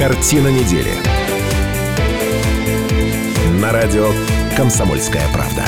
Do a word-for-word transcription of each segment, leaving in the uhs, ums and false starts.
Картина недели. На радио «Комсомольская правда».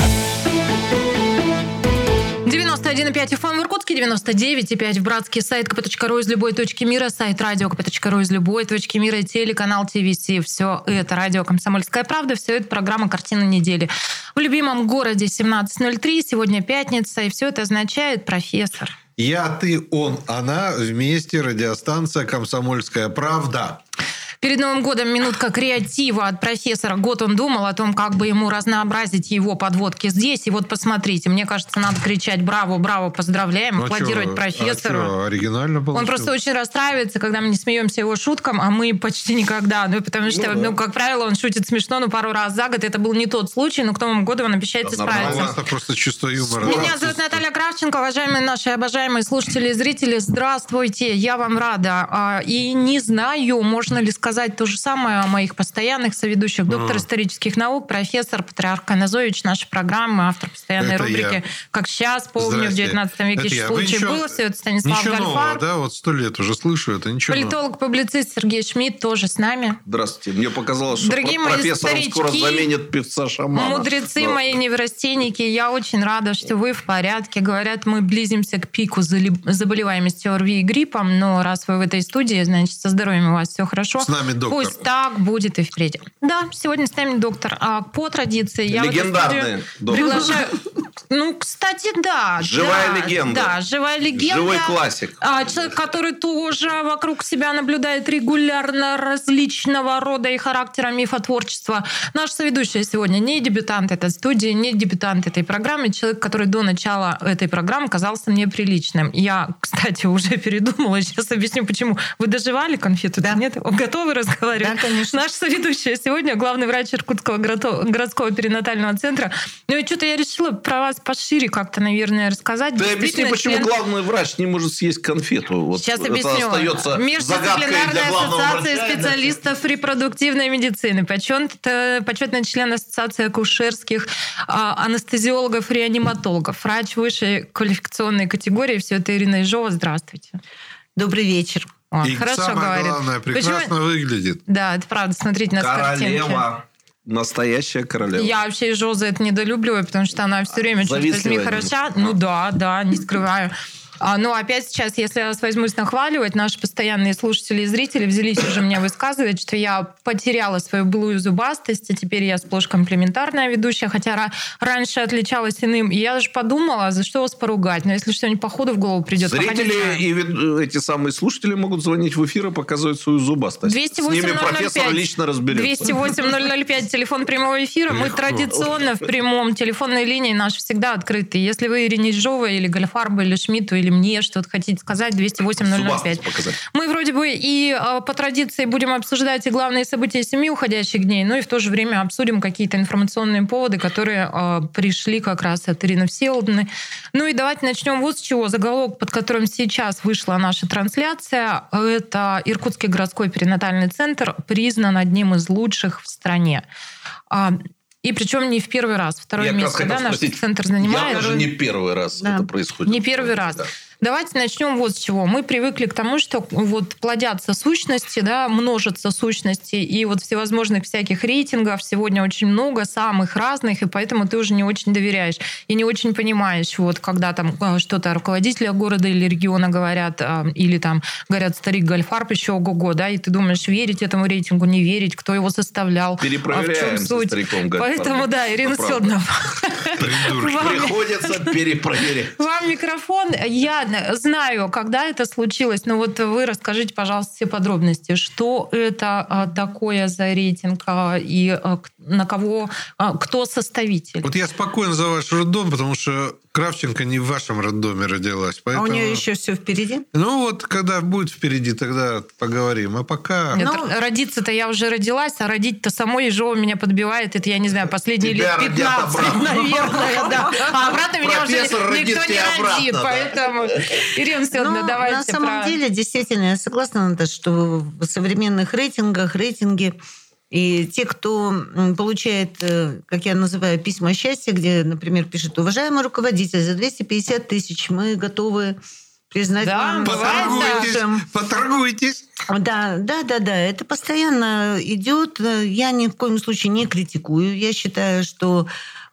девяносто один и пять эф эм в Иркутске, девяносто девять и пять в Братске, сайт ка пэ точка ру из любой точки мира, сайт радио ка пэ точка ру из любой точки мира, телеканал тэ вэ си. Все это радио «Комсомольская правда», все это программа «Картина недели». В любимом городе семнадцать ноль три, сегодня пятница, и все это означает профессор. Я, ты, он, она, вместе, радиостанция «Комсомольская правда». Перед Новым годом минутка креатива от профессора. Год он думал о том, как бы ему разнообразить его подводки здесь. И вот посмотрите, мне кажется, надо кричать «Браво, браво, поздравляем», аплодировать профессору. А что, оригинально получилось? Он просто очень расстраивается, когда мы не смеемся его шуткам, а мы почти никогда. Ну, потому что, ну, да. ну, как правило, он шутит смешно, но пару раз за год. Это был не тот случай, но к Новому году он обещает да, исправиться. Это просто чувство юмора. Меня зовут Наталья Кравченко, уважаемые наши обожаемые слушатели и зрители. Здравствуйте, я вам рада. И не знаю, можно ли сказать то же самое о моих постоянных соведущих. Доктор а. исторических наук, профессор Патриарх Каназович, нашей программы, автор постоянной это рубрики я. «Как сейчас», помню, Здрасте. в девятнадцатом веке еще случай еще... был. Все это Станислав ничего Гальфар. Нового, да? Вот сто лет уже слышу это. Ничего Политолог-публицист Сергей Шмидт тоже с нами. Здравствуйте. Мне показалось, что Дорогие профессором старички, скоро заменит певца Шамана. Мудрецы да. мои неврастенники, я очень рада, что вы в порядке. Говорят, мы близимся к пику заболеваемости ОРВИ и гриппом, но раз вы в этой студии, значит, со здоровьем у вас все хорошо. С нами доктор. Пусть так будет и впредь. Да, сегодня с нами доктор. А по традиции я легендарный доктор. Приглашаю... Ну, кстати, да. Живая да, легенда. Да, живая легенда. Живой классик. А, человек, который тоже вокруг себя наблюдает регулярно различного рода и характера мифотворчества. Наш соведущий сегодня не дебютант этой студии, не дебютант этой программы. Человек, который до начала этой программы казался мне приличным. Я, кстати, уже передумала. Сейчас объясню, почему. Вы доживали конфету? Да. Нет? Готовы разговаривать? Да, конечно. Наш соведущий сегодня главный врач Иркутского городского перинатального центра. Ну и что-то я решила про вас пошире как-то, наверное, рассказать. Ты объясни, почему член... главный врач не может съесть конфету. Вот Сейчас это объясню. остается Междисциплинарная ассоциация врача, специалистов репродуктивной медицины. Почетный член ассоциации акушерских анестезиологов-реаниматологов. Врач высшей квалификационной категории. Все это Ирина Ежова. Здравствуйте. Добрый вечер. О, и хорошо самое говорит. главное, прекрасно Почему... выглядит. Да, это правда. Смотрите на картинки. Королева. Настоящая королева. Я вообще Ежову за это недолюбливаю, потому что она все время, черт возьми, хороша. Ну да, да, не скрываю. А, ну, опять сейчас, если я вас возьмусь нахваливать, наши постоянные слушатели и зрители взялись уже меня высказывать, что я потеряла свою былую зубастость, а теперь я сплошь комплиментарная ведущая, хотя раньше отличалась иным. И я даже подумала, за что вас поругать. Но если что-нибудь по ходу в голову придет... Зрители и эти самые слушатели могут звонить в эфир и показывать свою зубастость. двести С восемь ними ноль ноль профессор пять. лично разберется. двести восемь ноль ноль пять, телефон прямого эфира. Мы традиционно в прямом. Телефонные линии наши всегда открыты. Если вы Ирине Ежовой или Гальфарбу, или Шмидту, или мне что-то хотите сказать, двести восемь ноль ноль пять. Мы вроде бы и по традиции будем обсуждать и главные события семи уходящих дней, но и в то же время обсудим какие-то информационные поводы, которые э, пришли как раз от Ирины Всеволодовны. Ну и давайте начнем вот с чего. Заголовок, под которым сейчас вышла наша трансляция, это Иркутский городской перинатальный центр признан одним из лучших в стране. И причем не в первый раз. Второе я место, да, наш спросить, центр занимает. Я даже не первый раз да. это происходит. Не первый раз. Да. Давайте начнем вот с чего. Мы привыкли к тому, что вот плодятся сущности, да, множатся сущности, и вот всевозможных всяких рейтингов сегодня очень много, самых разных, и поэтому ты уже не очень доверяешь и не очень понимаешь, вот когда там что-то руководителя города или региона говорят, или там говорят старик Гальфарб еще ого-го, да, и ты думаешь, верить этому рейтингу, не верить, кто его составлял, перепроверяем в чем суть. Стариком Гальфарбом. Поэтому, да, Ирина Всеволодовна. Приходится перепроверять. Вам микрофон. Я знаю, когда это случилось, но вот вы расскажите, пожалуйста, все подробности. Что это такое за рейтинг и на кого, кто составитель? Вот я спокоен за ваш роддом, потому что Кравченко не в вашем роддоме родилась. Поэтому... А у нее еще все впереди? Ну вот, когда будет впереди, тогда поговорим. А пока... Нет, ну... родиться-то я уже родилась, а родить-то самой Ежова меня подбивает. Это, я не знаю, последние лет пятнадцать, наверное. Да. А обратно меня уже никто не родит. Обратно, поэтому, да. Ирина Всеволодовна, ну, давайте на самом про... деле, действительно, я согласна, Наташа, что в современных рейтингах, рейтинги и те, кто получает, как я называю, письма счастья, где, например, пишет: уважаемый руководитель, за двести пятьдесят тысяч мы готовы признать да, вам... Поторгуйтесь, да. поторгуйтесь. Да, да, да, да. Это постоянно идет. Я ни в коем случае не критикую. Я считаю, что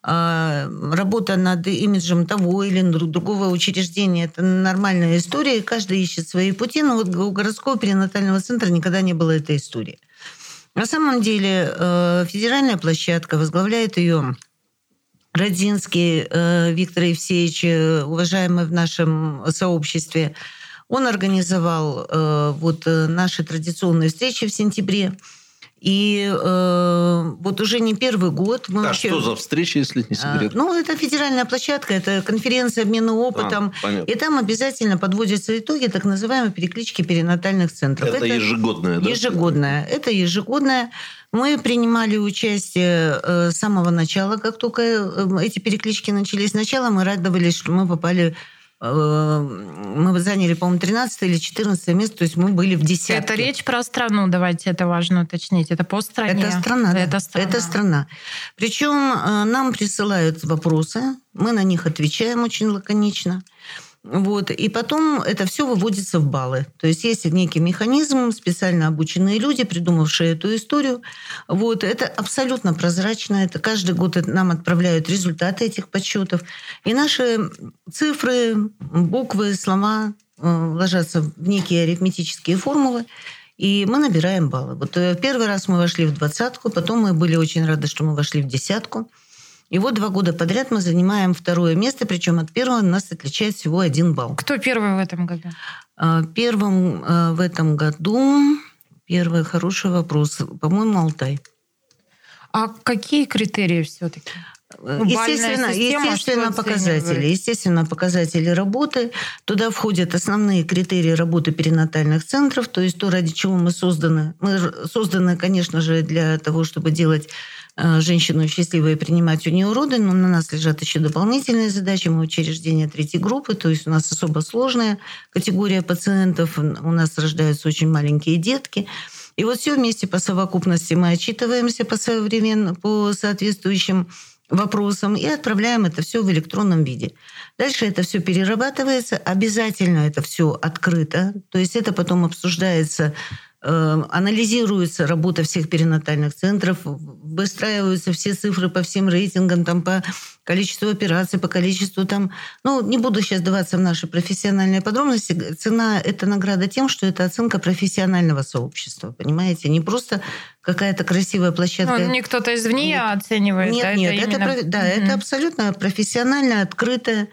работа над имиджем того или другого учреждения – это нормальная история, каждый ищет свои пути, но вот у городского перинатального центра никогда не было этой истории. На самом деле федеральная площадка, возглавляет ее Родзинский Виктор Евсеевич, уважаемый в нашем сообществе. Он организовал вот наши традиционные встречи в сентябре. И э, вот уже не первый год... Мы а вообще... что за встреча, если не секрет? А, ну, это федеральная площадка, это конференция обмена опытом. А, и там обязательно подводятся итоги так называемой переклички перинатальных центров. Это, это ежегодная, да? Ежегодная. Это ежегодная. Мы принимали участие э, с самого начала, как только э, эти переклички начались. Сначала мы радовались, что мы попали... Мы заняли, по-моему, тринадцатое или четырнадцатое место, то есть мы были в десятке. Это речь про страну, давайте это важно уточнить. Это по стране. Это страна, да. Это страна. Это страна. Причем нам присылают вопросы, мы на них отвечаем очень лаконично. Вот. И потом это все выводится в баллы. То есть есть некий механизм, специально обученные люди, придумавшие эту историю. Вот. Это абсолютно прозрачно. Это каждый год нам отправляют результаты этих подсчетов. И наши цифры, буквы, слова ложатся в некие арифметические формулы. И мы набираем баллы. Вот первый раз мы вошли в двадцатку, потом мы были очень рады, что мы вошли в десятку. И вот два года подряд мы занимаем второе место, причем от первого нас отличает всего один балл. Кто первый в этом году? Первым в этом году, первый хороший вопрос, по-моему, Алтай. А какие критерии все-таки? Естественно, система, естественно показатели. Естественно, показатели работы. Туда входят основные критерии работы перинатальных центров, то есть то, ради чего мы созданы. Мы созданы, конечно же, для того, чтобы делать женщину счастливой и принимать у нее роды, но на нас лежат еще дополнительные задачи. Мы учреждение третьей группы, то есть у нас особо сложная категория пациентов, у нас рождаются очень маленькие детки. И вот все вместе по совокупности мы отчитываемся по современным, по соответствующим вопросам и отправляем это все в электронном виде. Дальше это все перерабатывается, обязательно это все открыто, то есть это потом обсуждается, анализируется работа всех перинатальных центров, выстраиваются все цифры по всем рейтингам, там, по количеству операций, по количеству там... Ну, не буду сейчас даваться в наши профессиональные подробности. Цена – это награда тем, что это оценка профессионального сообщества, понимаете? Не просто какая-то красивая площадка. Ну, не кто-то извне нет. оценивает. Нет, а нет, это, это, именно... да, mm-hmm. это абсолютно профессиональная, открытая.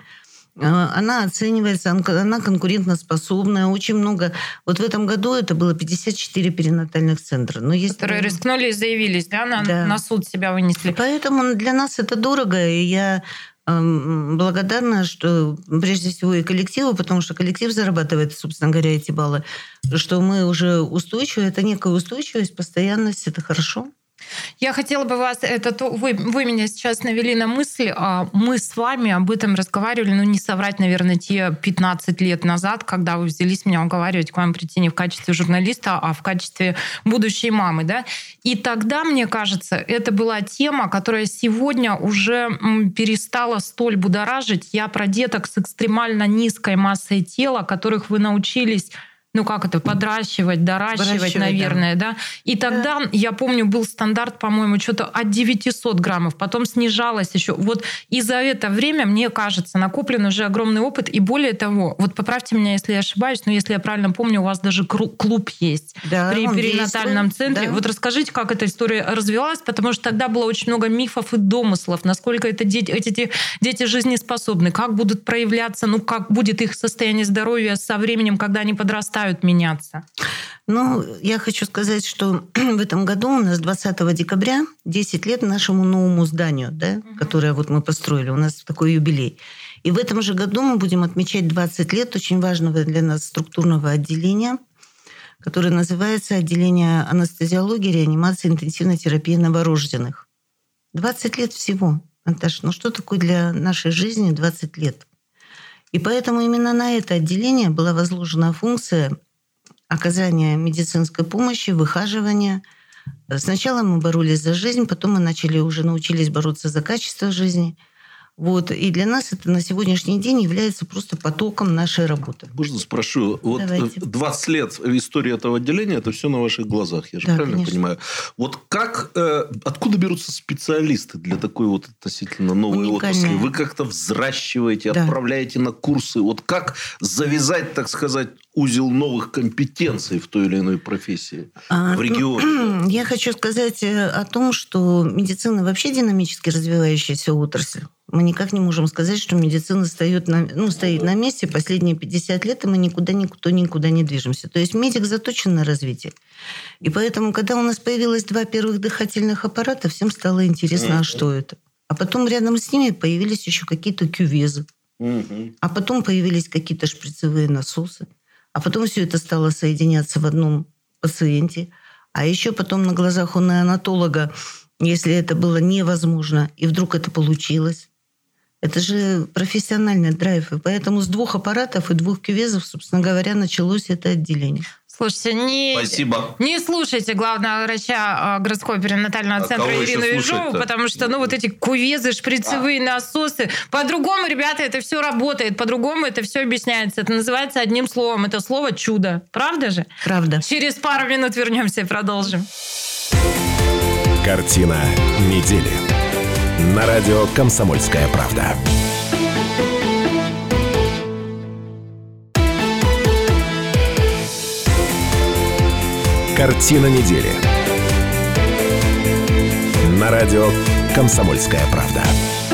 Она оценивается, она конкурентоспособная. Очень много. Вот в этом году это было пятьдесят четыре перинатальных центра. Но есть... Которые рискнули и заявились, да, на, да. на суд себя вынесли. Поэтому для нас это дорого, и я благодарна, что прежде всего и коллективу, потому что коллектив зарабатывает, собственно говоря, эти баллы, что мы уже устойчивы. Это некая устойчивость, постоянность, это хорошо. Я хотела бы вас, это то, вы, вы меня сейчас навели на мысль, мы с вами об этом разговаривали, ну не соврать, наверное, те пятнадцать лет назад, когда вы взялись меня уговаривать к вам прийти не в качестве журналиста, а в качестве будущей мамы, да. И тогда, мне кажется, это была тема, которая сегодня уже перестала столь будоражить. Я про деток с экстремально низкой массой тела, которых вы научились... Ну, как это, подращивать, доращивать, наверное, да. да. И тогда, да. я помню, был стандарт, по-моему, что-то от девятисот граммов, потом снижалось еще. Вот и за это время, мне кажется, накоплен уже огромный опыт. И более того, вот поправьте меня, если я ошибаюсь, но если я правильно помню, у вас даже клуб есть да, при перинатальном действует. центре. Да. Вот расскажите, как эта история развивалась, потому что тогда было очень много мифов и домыслов, насколько это дети, эти дети жизнеспособны, как будут проявляться, ну, как будет их состояние здоровья со временем, когда они подрастают, меняться? Ну, я хочу сказать, что в этом году у нас двадцатого декабря десять лет нашему новому зданию, да, угу. которое вот мы построили. У нас такой юбилей. И в этом же году мы будем отмечать двадцать лет очень важного для нас структурного отделения, которое называется отделение анестезиологии, реанимации, интенсивной терапии новорожденных. двадцать лет всего. Наташа, ну что такое для нашей жизни двадцать лет? И поэтому именно на это отделение была возложена функция оказания медицинской помощи, выхаживания. Сначала мы боролись за жизнь, потом мы начали уже научились бороться за качество жизни. Вот. И для нас это на сегодняшний день является просто потоком нашей работы. Можно спрошу? Вот Давайте. двадцать лет истории этого отделения, это все на ваших глазах, я же Да, правильно конечно. понимаю? Вот как, э, откуда берутся специалисты для такой вот относительно новой Уникальные. отрасли? Вы как-то взращиваете, Да. отправляете на курсы. Вот как завязать, так сказать, узел новых компетенций в той или иной профессии А, в регионе? Я хочу сказать о том, что медицина вообще динамически развивающаяся отрасль. Мы никак не можем сказать, что медицина стоит на, ну, стоит на месте последние пятьдесят лет, и мы никуда, никуда, никуда не движемся. То есть медик заточен на развитие. И поэтому, когда у нас появилось два первых дыхательных аппарата, всем стало интересно, а что это? А потом рядом с ними появились еще какие-то кювезы. А потом появились какие-то шприцевые насосы. А потом все это стало соединяться в одном пациенте. А еще потом на глазах у неонатолога, если это было невозможно, и вдруг это получилось. Это же профессиональный драйв. И поэтому с двух аппаратов и двух кювезов, собственно говоря, началось это отделение. Слушайте, не, Спасибо. не слушайте главного врача городского перинатального А центра кого еще Ирину Ежову, слушать-то? потому что, ну, вот эти кувезы, шприцевые насосы, по-другому, ребята, это все работает, по-другому это все объясняется. Это называется одним словом. Это слово чудо. Правда же? Правда. Через пару минут вернемся и продолжим. Картина недели. На радио «Комсомольская правда». Картина недели. На радио «Комсомольская правда».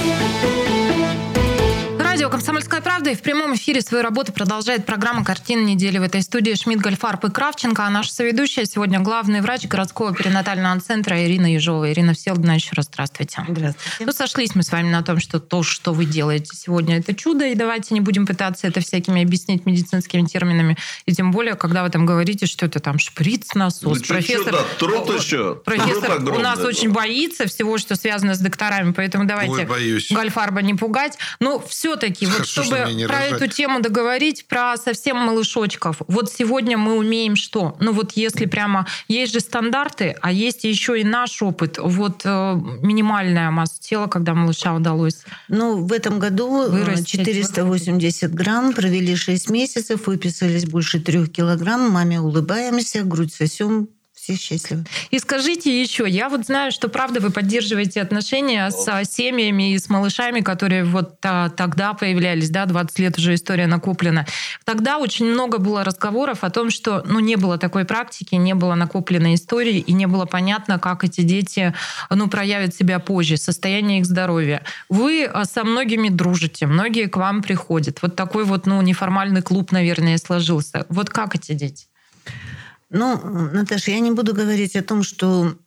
Радио «Комсомольская правда» и в прямом эфире свою работу продолжает программа «Картина недели». В этой студии Шмидт, Гольфарб и Кравченко. А наша соведущая сегодня главный врач городского перинатального центра Ирина Ежова. Ирина Всеволодовна, еще раз здравствуйте. Здравствуйте. Ну, сошлись мы с вами на том, что то, что вы делаете сегодня, это чудо, и давайте не будем пытаться это всякими объяснить медицинскими терминами. И тем более, когда вы там говорите, что это там шприц, насос. Ну, профессор чудо, труд еще. профессор Труд огромный, у нас да. очень боится всего, что связано с докторами, поэтому давайте Ой, боюсь. Гольфарба не пугать. Но все-таки, вот Хорошо, что чтобы меня не про рожать. эту тему договорить, про совсем малышочков. Вот сегодня мы умеем что? Ну вот если прямо... Есть же стандарты, а есть еще и наш опыт. Вот э, минимальная масса тела, когда малыша удалось. Ну, в этом году э, Вырастить, четыреста восемьдесят грамм, провели шесть месяцев, выписались больше трех килограмм, маме улыбаемся, грудь сосем, все счастливы. И скажите еще, я вот знаю, что правда вы поддерживаете отношения с семьями и с малышами, которые вот а, тогда появлялись, да, двадцать лет уже история накоплена. Тогда очень много было разговоров о том, что ну, не было такой практики, не было накопленной истории, и не было понятно, как эти дети ну, проявят себя позже, состояние их здоровья. Вы со многими дружите, многие к вам приходят. Вот такой вот ну, неформальный клуб, наверное, сложился. Вот как эти дети? Ну, Наташа, я не буду говорить о том, что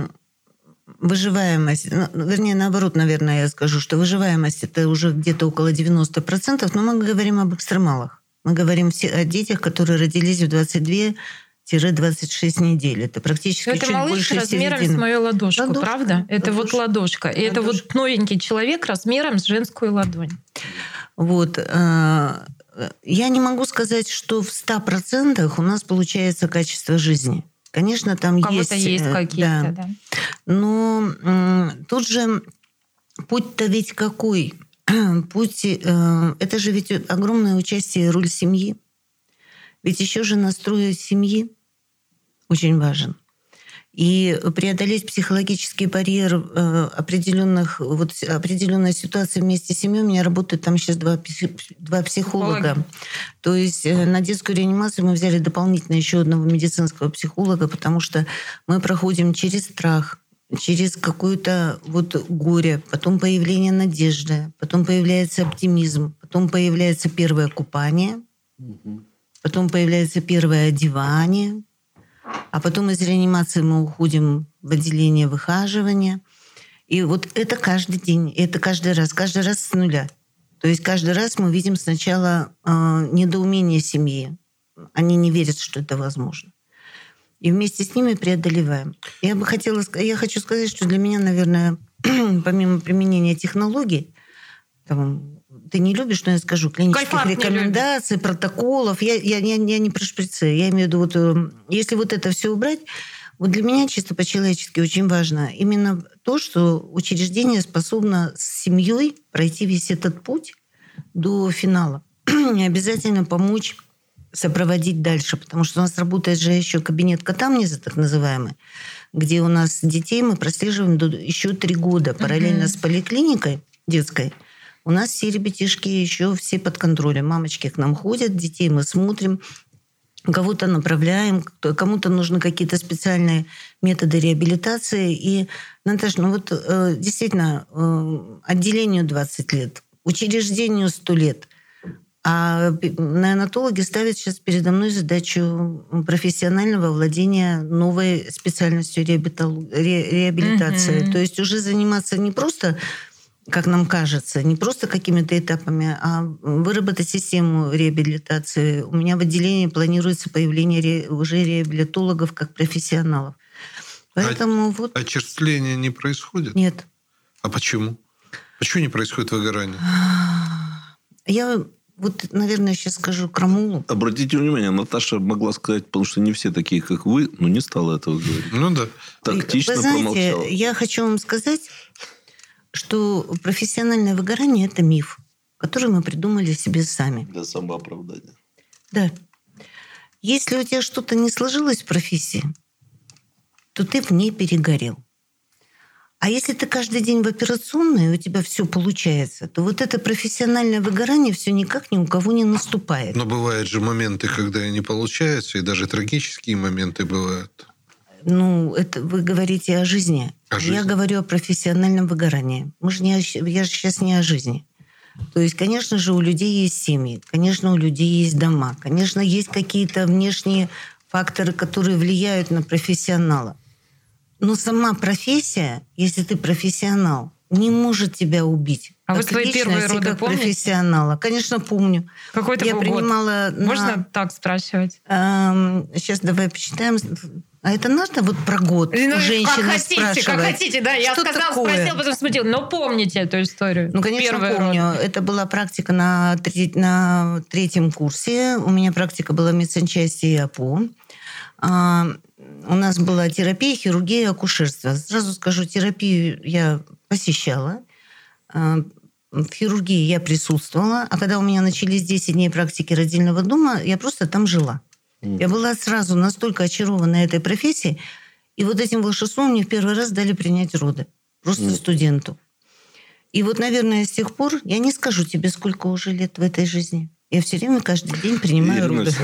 выживаемость, ну, вернее, наоборот, наверное, я скажу, что выживаемость это уже где-то около девяносто процентов, но мы говорим об экстремалах. Мы говорим все о детях, которые родились в двадцать две двадцать шесть недель. Это практически это чуть малыш больше размером середины. с мою ладошку, Ладошка, правда? Это вот ладошка. ладошка. И это вот новенький человек размером с женскую ладонь. Вот. Я не могу сказать, что в ста процентах у нас получается качество жизни. Конечно, там У кого-то есть... есть какие-то, да. да. Но м, тут же путь-то ведь какой? Путь... Э, это же ведь огромное участие и роль семьи. Ведь еще же настрой семьи очень важен. И преодолеть психологический барьер э, определенных, вот, определенной ситуации вместе с семьей. У меня работают там сейчас два, два психолога. Психологи. То есть э, на детскую реанимацию мы взяли дополнительно еще одного медицинского психолога, потому что мы проходим через страх, через какое-то вот горе, потом появление надежды, потом появляется оптимизм, потом появляется первое купание, потом появляется первое одевание, а потом из реанимации мы уходим в отделение выхаживания. И вот это каждый день, это каждый раз, каждый раз с нуля. То есть каждый раз мы видим сначала э, недоумение семьи. Они не верят, что это возможно. И вместе с ними преодолеваем. Я бы хотела, я хочу сказать, что для меня, наверное, помимо применения технологий, там, ты не любишь, но я скажу, клинических Гольфарб не рекомендаций, протоколов. Я, я, я, я не про шприцы. Я имею в виду, вот, если вот это все убрать, Вот для меня чисто по-человечески очень важно именно то, что учреждение способно с семьей пройти весь этот путь до финала. И обязательно помочь сопроводить дальше, потому что у нас работает же еще кабинет Катамнеза, так называемый, где у нас детей мы прослеживаем до еще три года параллельно mm-hmm. с поликлиникой детской. У нас все ребятишки еще все под контролем. Мамочки к нам ходят, детей мы смотрим, кого-то направляем, кому-то нужны какие-то специальные методы реабилитации. И, Наташа, ну вот действительно, отделению двадцать лет, учреждению сто лет, а неонатологи ставят сейчас передо мной задачу профессионального владения новой специальностью реабилитации. Mm-hmm. То есть уже заниматься не просто, как нам кажется, не просто какими-то этапами, а выработать систему реабилитации. У меня в отделении планируется появление ре... уже реабилитологов как профессионалов. Поэтому а вот... Очерствление не происходит? Нет. А почему? Почему не происходит выгорание? Я... Вот, наверное, сейчас скажу крамулу. Обратите внимание, Наташа могла сказать, потому что не все такие, как вы, но не стала этого говорить. Ну да. Тактично вы знаете, промолчала. Я хочу вам сказать, что профессиональное выгорание – это миф, который мы придумали себе сами. Для самооправдания. Да. Если у тебя что-то не сложилось в профессии, то ты в ней перегорел. А если ты каждый день в операционной, и у тебя все получается, то вот это профессиональное выгорание все никак ни у кого не наступает. Но бывают же моменты, когда не получается, и даже трагические моменты бывают. Ну, это вы говорите о жизни. О жизни. Я говорю о профессиональном выгорании. Мы же не о, я же сейчас не о жизни. То есть, конечно же, у людей есть семьи, конечно, у людей есть дома, конечно, есть какие-то внешние факторы, которые влияют на профессионала. Но сама профессия, если ты профессионал, не может тебя убить. А как вы свои первые роды как помните? Профессионала. Конечно, помню. Какой-то Я был принимала год? на... Можно так спрашивать? Эм, сейчас давай посчитаем. А это надо вот про год Ну, у женщины как хотите, спрашивать? как хотите, да. Я Что сказала, такое? спросила, потом смутила. Но помните эту историю? Ну, конечно, Первый помню. род. Это была практика на, треть, на третьем курсе. У меня практика была медсанчасти и АПО. А, у нас была терапия, хирургия, акушерство. Сразу скажу, терапию я посещала. А, в хирургии я присутствовала. А когда у меня начались десять дней практики родильного дома, я просто там жила. Mm. Я была сразу настолько очарована этой профессией. И вот этим волшебством мне в первый раз дали принять роды. Просто mm. студенту. И вот, наверное, с тех пор, я не скажу тебе, сколько уже лет в этой жизни. Я все время, каждый день принимаю Ирина роды.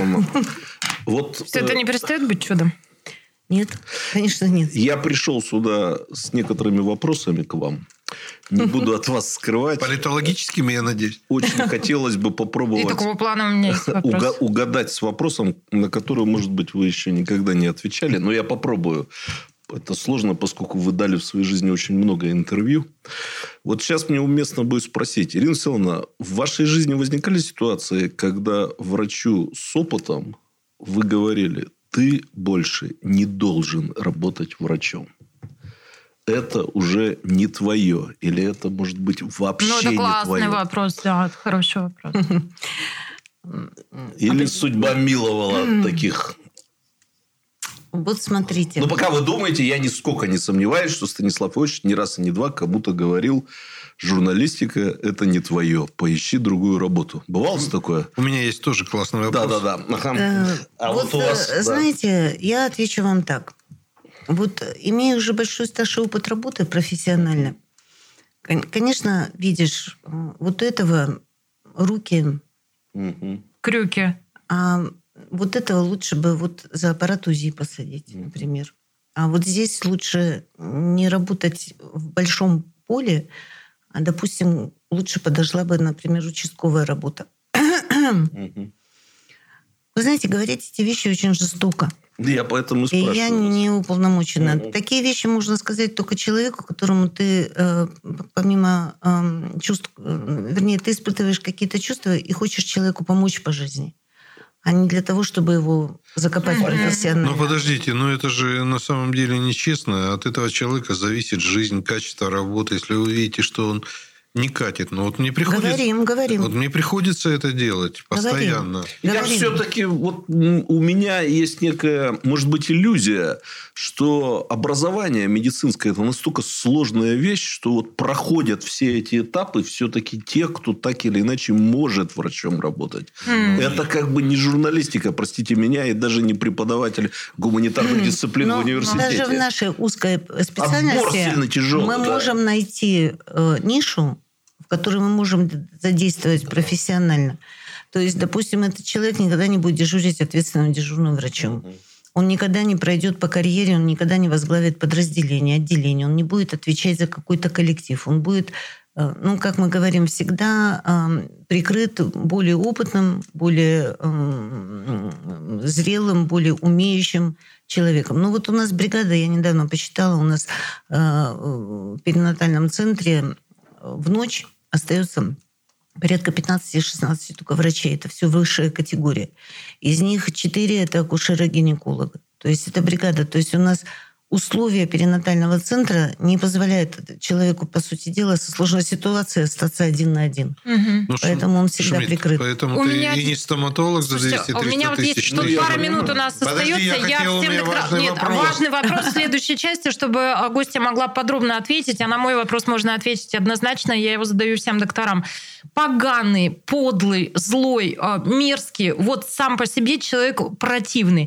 Вот, Что это не перестает быть чудом? Нет, конечно, нет. Я пришел сюда с некоторыми вопросами к вам. Не буду от вас скрывать. Политологическими, я надеюсь. Очень хотелось бы попробовать И такого плана у меня есть вопрос. уга- угадать с вопросом, на который, может быть, вы еще никогда не отвечали. Но я попробую. Это сложно, поскольку вы дали в своей жизни очень много интервью. Вот сейчас мне уместно будет спросить. Ирина Всеволодовна, в вашей жизни возникали ситуации, когда врачу с опытом вы говорили, ты больше не должен работать врачом? Это уже не твое. Или это, может быть, вообще Ну, это не классный твое? вопрос, да, это хороший вопрос. Или судьба миловала таких? Вот смотрите. Но пока вы думаете, я нисколько не сомневаюсь, что Станислав Иосифович не раз и не два кому-то говорил, журналистика – это не твое, поищи другую работу. Бывало такое? У меня есть тоже классный вопрос. Да-да-да. Ага. Э, А вот, вот, у вас... э, да. знаете, я отвечу вам так. Вот имея уже большой стаж и опыт работы профессионально, кон- конечно, видишь, э, вот этого руки, Мгм. Крюки. а вот этого лучше бы вот за аппарат УЗИ посадить, например. А вот здесь лучше не работать в большом поле, а, допустим, лучше подошла бы, например, участковая работа. Мгм. Вы знаете, говорить эти вещи очень жестоко. Я поэтому и И спрашиваю. я вас. не уполномочена. Мгм. Такие вещи можно сказать только человеку, которому ты, э, помимо э, чувств, э, вернее, ты испытываешь какие-то чувства и хочешь человеку помочь по жизни, а не для того, чтобы его закопать Мгм. профессионально. Но подождите, но это же на самом деле нечестно. От этого человека зависит жизнь, качество работы. Если вы видите, что он не катит. Но вот мне приходится... Говорим, говорим. Вот мне приходится это делать постоянно. Говорим. Я Говорим. все-таки... Вот у меня есть некая, может быть, иллюзия, что образование медицинское – это настолько сложная вещь, что вот проходят все эти этапы все-таки те, кто так или иначе может врачом работать. Mm. Это как бы не журналистика, простите меня, и даже не преподаватель гуманитарных mm. дисциплин Но в университете. Даже в нашей узкой специальности тяжелый, мы да. можем найти э, нишу, в которой мы можем задействовать профессионально. То есть, допустим, этот человек никогда не будет дежурить ответственным дежурным врачом. Mm-hmm. Он никогда не пройдет по карьере, он никогда не возглавит подразделение, отделение, он не будет отвечать за какой-то коллектив. Он будет, ну, как мы говорим, всегда прикрыт более опытным, более зрелым, более умеющим человеком. Ну, вот у нас бригада, я недавно посчитала, у нас в перинатальном центре в ночь остается порядка пятнадцать-шестнадцать только врачей. Это все высшая категория. Из них четыре это акушеры-гинеколога. То есть это бригада. То есть у нас условия перинатального центра не позволяют человеку, по сути дела, со сложной ситуацией остаться один на один. Угу. Ну, поэтому он всегда Шмидт, прикрыт. Поэтому у ты меня... и не стоматолог за двести-триста тысяч. У меня вот есть тут пара минут у нас Подожди, остается. я, я хотела, всем доктор... важный, Нет, вопрос. важный вопрос в следующей части, чтобы гостья могла подробно ответить. А на мой вопрос можно ответить однозначно. Я его задаю всем докторам. Поганый, подлый, злой, мерзкий. Вот сам по себе человек противный.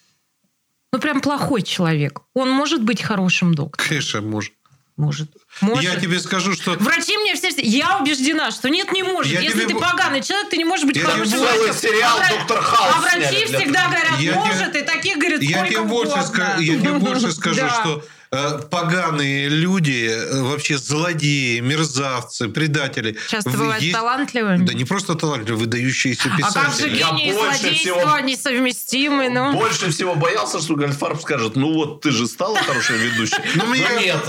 Ну, прям плохой человек. Он может быть хорошим доктором? Конечно, может. Может. Может. Я тебе скажу, что... Врачи мне все... Я убеждена, что нет, не может. Я Если тебе... ты поганый человек, ты не можешь быть я хорошим врачом. Сериал а, «Доктор Хаус» а врачи всегда говорят, я может, тебе... и таких, говорят, я сколько тебе больше угодно. скажу, Я тебе больше скажу, что э, поганые люди, э, вообще злодеи, мерзавцы, предатели... Часто в... бывают есть... талантливыми. Да не просто талантливые, выдающиеся писатели. А как же гений и злодейство всего... несовместимы? Ну? Больше всего боялся, что Гольфарб скажет, ну вот ты же стала хорошей ведущей. Ну нет.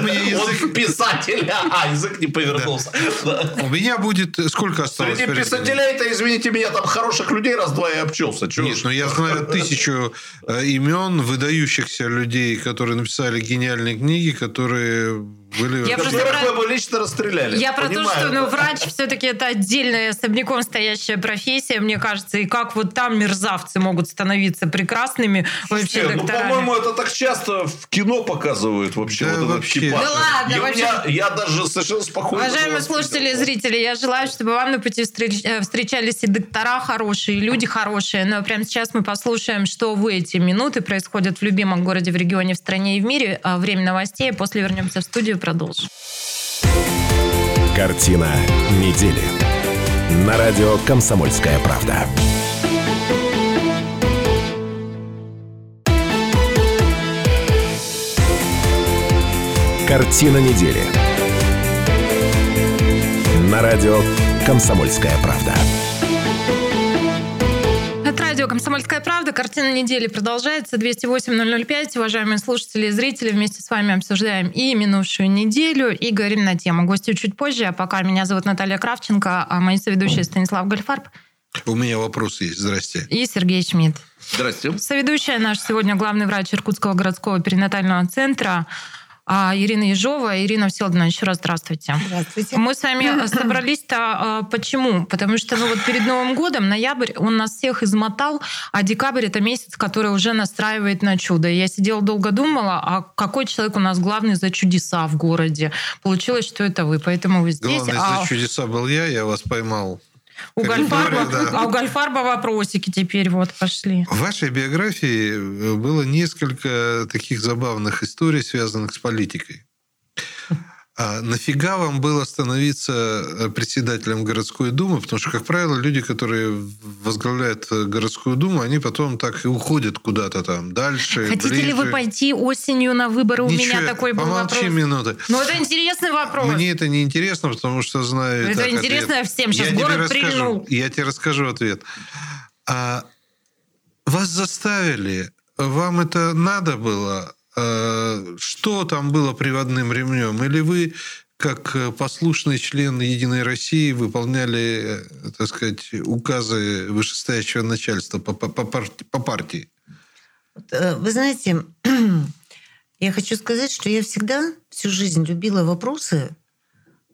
Он писатель, а язык не повернулся. У меня будет... Сколько осталось? Среди писателей-то, извините меня, там хороших людей раз-два и обчелся. Нет, ну я знаю тысячу имен выдающихся людей, которые написали гениальные книги, которые были... Я Которых про... вы лично расстреляли. Я про Понимаю, то, что да? ну, врач все-таки это отдельная особняком стоящая профессия, мне кажется, и как вот там мерзавцы могут становиться прекрасными вообще Слушайте, докторами. Ну, по-моему, это так часто в кино показывают вообще. Да, вот вообще. Этот Да ладно, я, вообще. я, я даже совершенно спокойно... Уважаемые слушатели и зрители, я желаю, чтобы вам на пути встреч... встречались и доктора хорошие, и люди хорошие. Но прямо сейчас мы послушаем, что в эти минуты происходит в любимом городе, в регионе, в стране и в мире. Время новостей. После вернемся в студию и продолжим. Картина недели. На радио «Комсомольская правда». Картина недели. На радио «Комсомольская правда». Это радио «Комсомольская правда». Картина недели продолжается. двести восемь ноль ноль пять. Уважаемые слушатели и зрители, вместе с вами обсуждаем и минувшую неделю, и говорим на тему. Гости чуть позже. А пока меня зовут Наталья Кравченко, а мои соведущие Станислав Гольфарб. У меня вопрос есть. Здрасте. И Сергей Шмидт. Здрасте. Соведущая наш сегодня главный врач Иркутского городского перинатального центра Ирина Ежова. Ирина Всеволодовна, еще раз здравствуйте. Здравствуйте. Мы с вами собрались-то почему? Потому что ну, вот перед Новым годом, ноябрь, он нас всех измотал, а декабрь — это месяц, который уже настраивает на чудо. Я сидела долго думала, а какой человек у нас главный за чудеса в городе? Получилось, что это вы, поэтому вы здесь. Главный а... за чудеса был я, я вас поймал. У Гольфарба, да. А у Гольфарба вопросики теперь вот пошли. В вашей биографии было несколько таких забавных историй, связанных с политикой. А нафига вам было становиться председателем городской думы? Потому что, как правило, люди, которые возглавляют городскую думу, они потом так и уходят куда-то там дальше. Хотите ближе. ли вы пойти осенью на выборы? У Ничего, меня такой был помолчи вопрос. минуты. Ну, это интересный вопрос. Мне это не интересно, потому что знаю... Это так, интересно ответ. всем. Сейчас я город тебе расскажу, прильнул. Я тебе расскажу ответ. А вас заставили? Вам это надо было? Что там было приводным ремнем? Или вы, как послушный член «Единой России», выполняли, так сказать, указы вышестоящего начальства по, по, по партии? Вы знаете, я хочу сказать, что я всегда всю жизнь любила вопросы,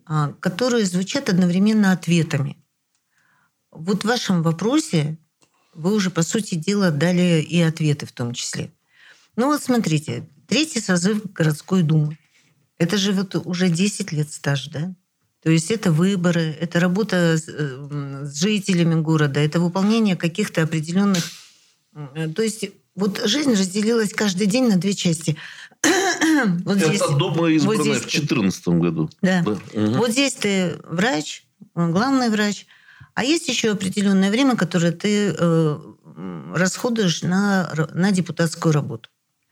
которые звучат одновременно ответами. Вот в вашем вопросе вы уже, по сути дела, дали и ответы в том числе. Ну вот смотрите, третий созыв городской думы. Это же вот уже десять лет стаж, да? То есть это выборы, это работа с, с жителями города, это выполнение каких-то определенных... То есть вот жизнь разделилась каждый день на две части. Вот это здесь, Дума избранная вот здесь, в две тысячи четырнадцатом году. Да. да. Угу. Вот здесь ты врач, главный врач, а есть еще определенное время, которое ты э, расходуешь на, на депутатскую работу.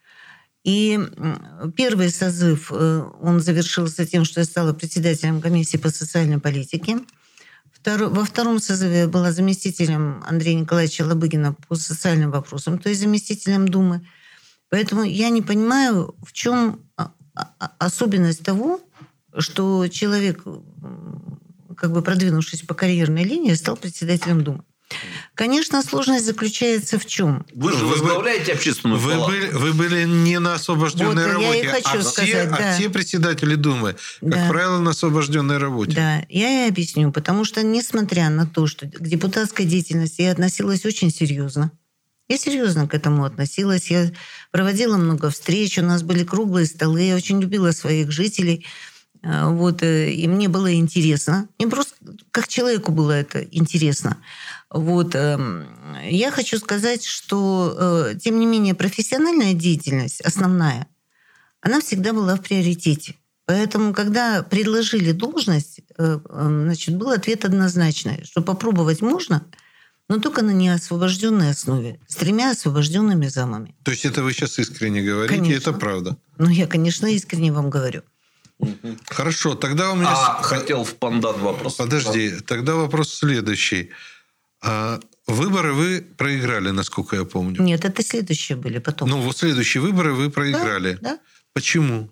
И первый созыв, он завершился тем, что я стала председателем комиссии по социальной политике. Второ, во втором созыве я была заместителем Андрея Николаевича Лобыгина по социальным вопросам, то есть заместителем Думы. Поэтому я не понимаю, в чем особенность того, что человек, как бы продвинувшись по карьерной линии, стал председателем Думы. Конечно, сложность заключается в чем? Вы же возглавляете общественную вы палату. Были, вы были не на освобожденной вот, работе, я и хочу а, сказать, все, да. а все председатели Думы, как да. правило, на освобожденной работе. Да, я и объясню. Потому что, несмотря на то, что к депутатской деятельности я относилась очень серьезно, я серьезно к этому относилась, я проводила много встреч, у нас были круглые столы, я очень любила своих жителей. Вот, и мне было интересно. Мне просто как человеку было это интересно. Вот. Я хочу сказать, что, тем не менее, профессиональная деятельность, основная, она всегда была в приоритете. Поэтому, когда предложили должность, значит, был ответ однозначный, что попробовать можно, но только на неосвобожденной основе, с тремя освобожденными замами. То есть это вы сейчас искренне говорите, Конечно. это правда? Ну, я, конечно, искренне вам говорю. Хорошо, тогда у меня... А, хотел в пандан вопрос. Подожди, да. Тогда вопрос следующий. А выборы вы проиграли, насколько я помню. Нет, это следующие были потом. Ну, вот следующие выборы вы проиграли. Да, да. Почему?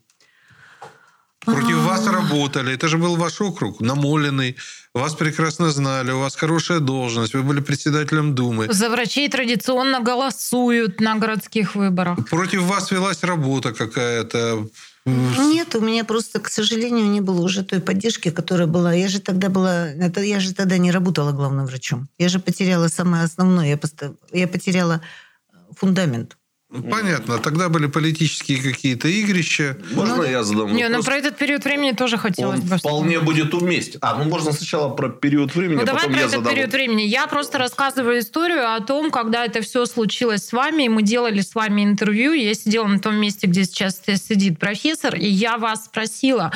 Против А-а-а. вас работали. Это же был ваш округ, намоленный. Вас прекрасно знали, у вас хорошая должность, вы были председателем Думы. За врачей традиционно голосуют на городских выборах. Против вас велась работа какая-то. Нет, у меня просто, к сожалению, не было уже той поддержки, которая была. Я же тогда была, это, я же тогда не работала главным врачом. Я же потеряла самое основное. Я, поста, я потеряла фундамент. Понятно. Тогда были политические какие-то игрища. Можно ну, я задам вопрос? Не, ну про этот период времени тоже хотелось Он бы. вполне будет уместен. А, ну можно сначала про период времени, ну, а давай потом про я этот задам. период времени. Я просто рассказываю историю о том, когда это все случилось с вами, и мы делали с вами интервью. Я сидела на том месте, где сейчас сидит профессор, и я вас спросила,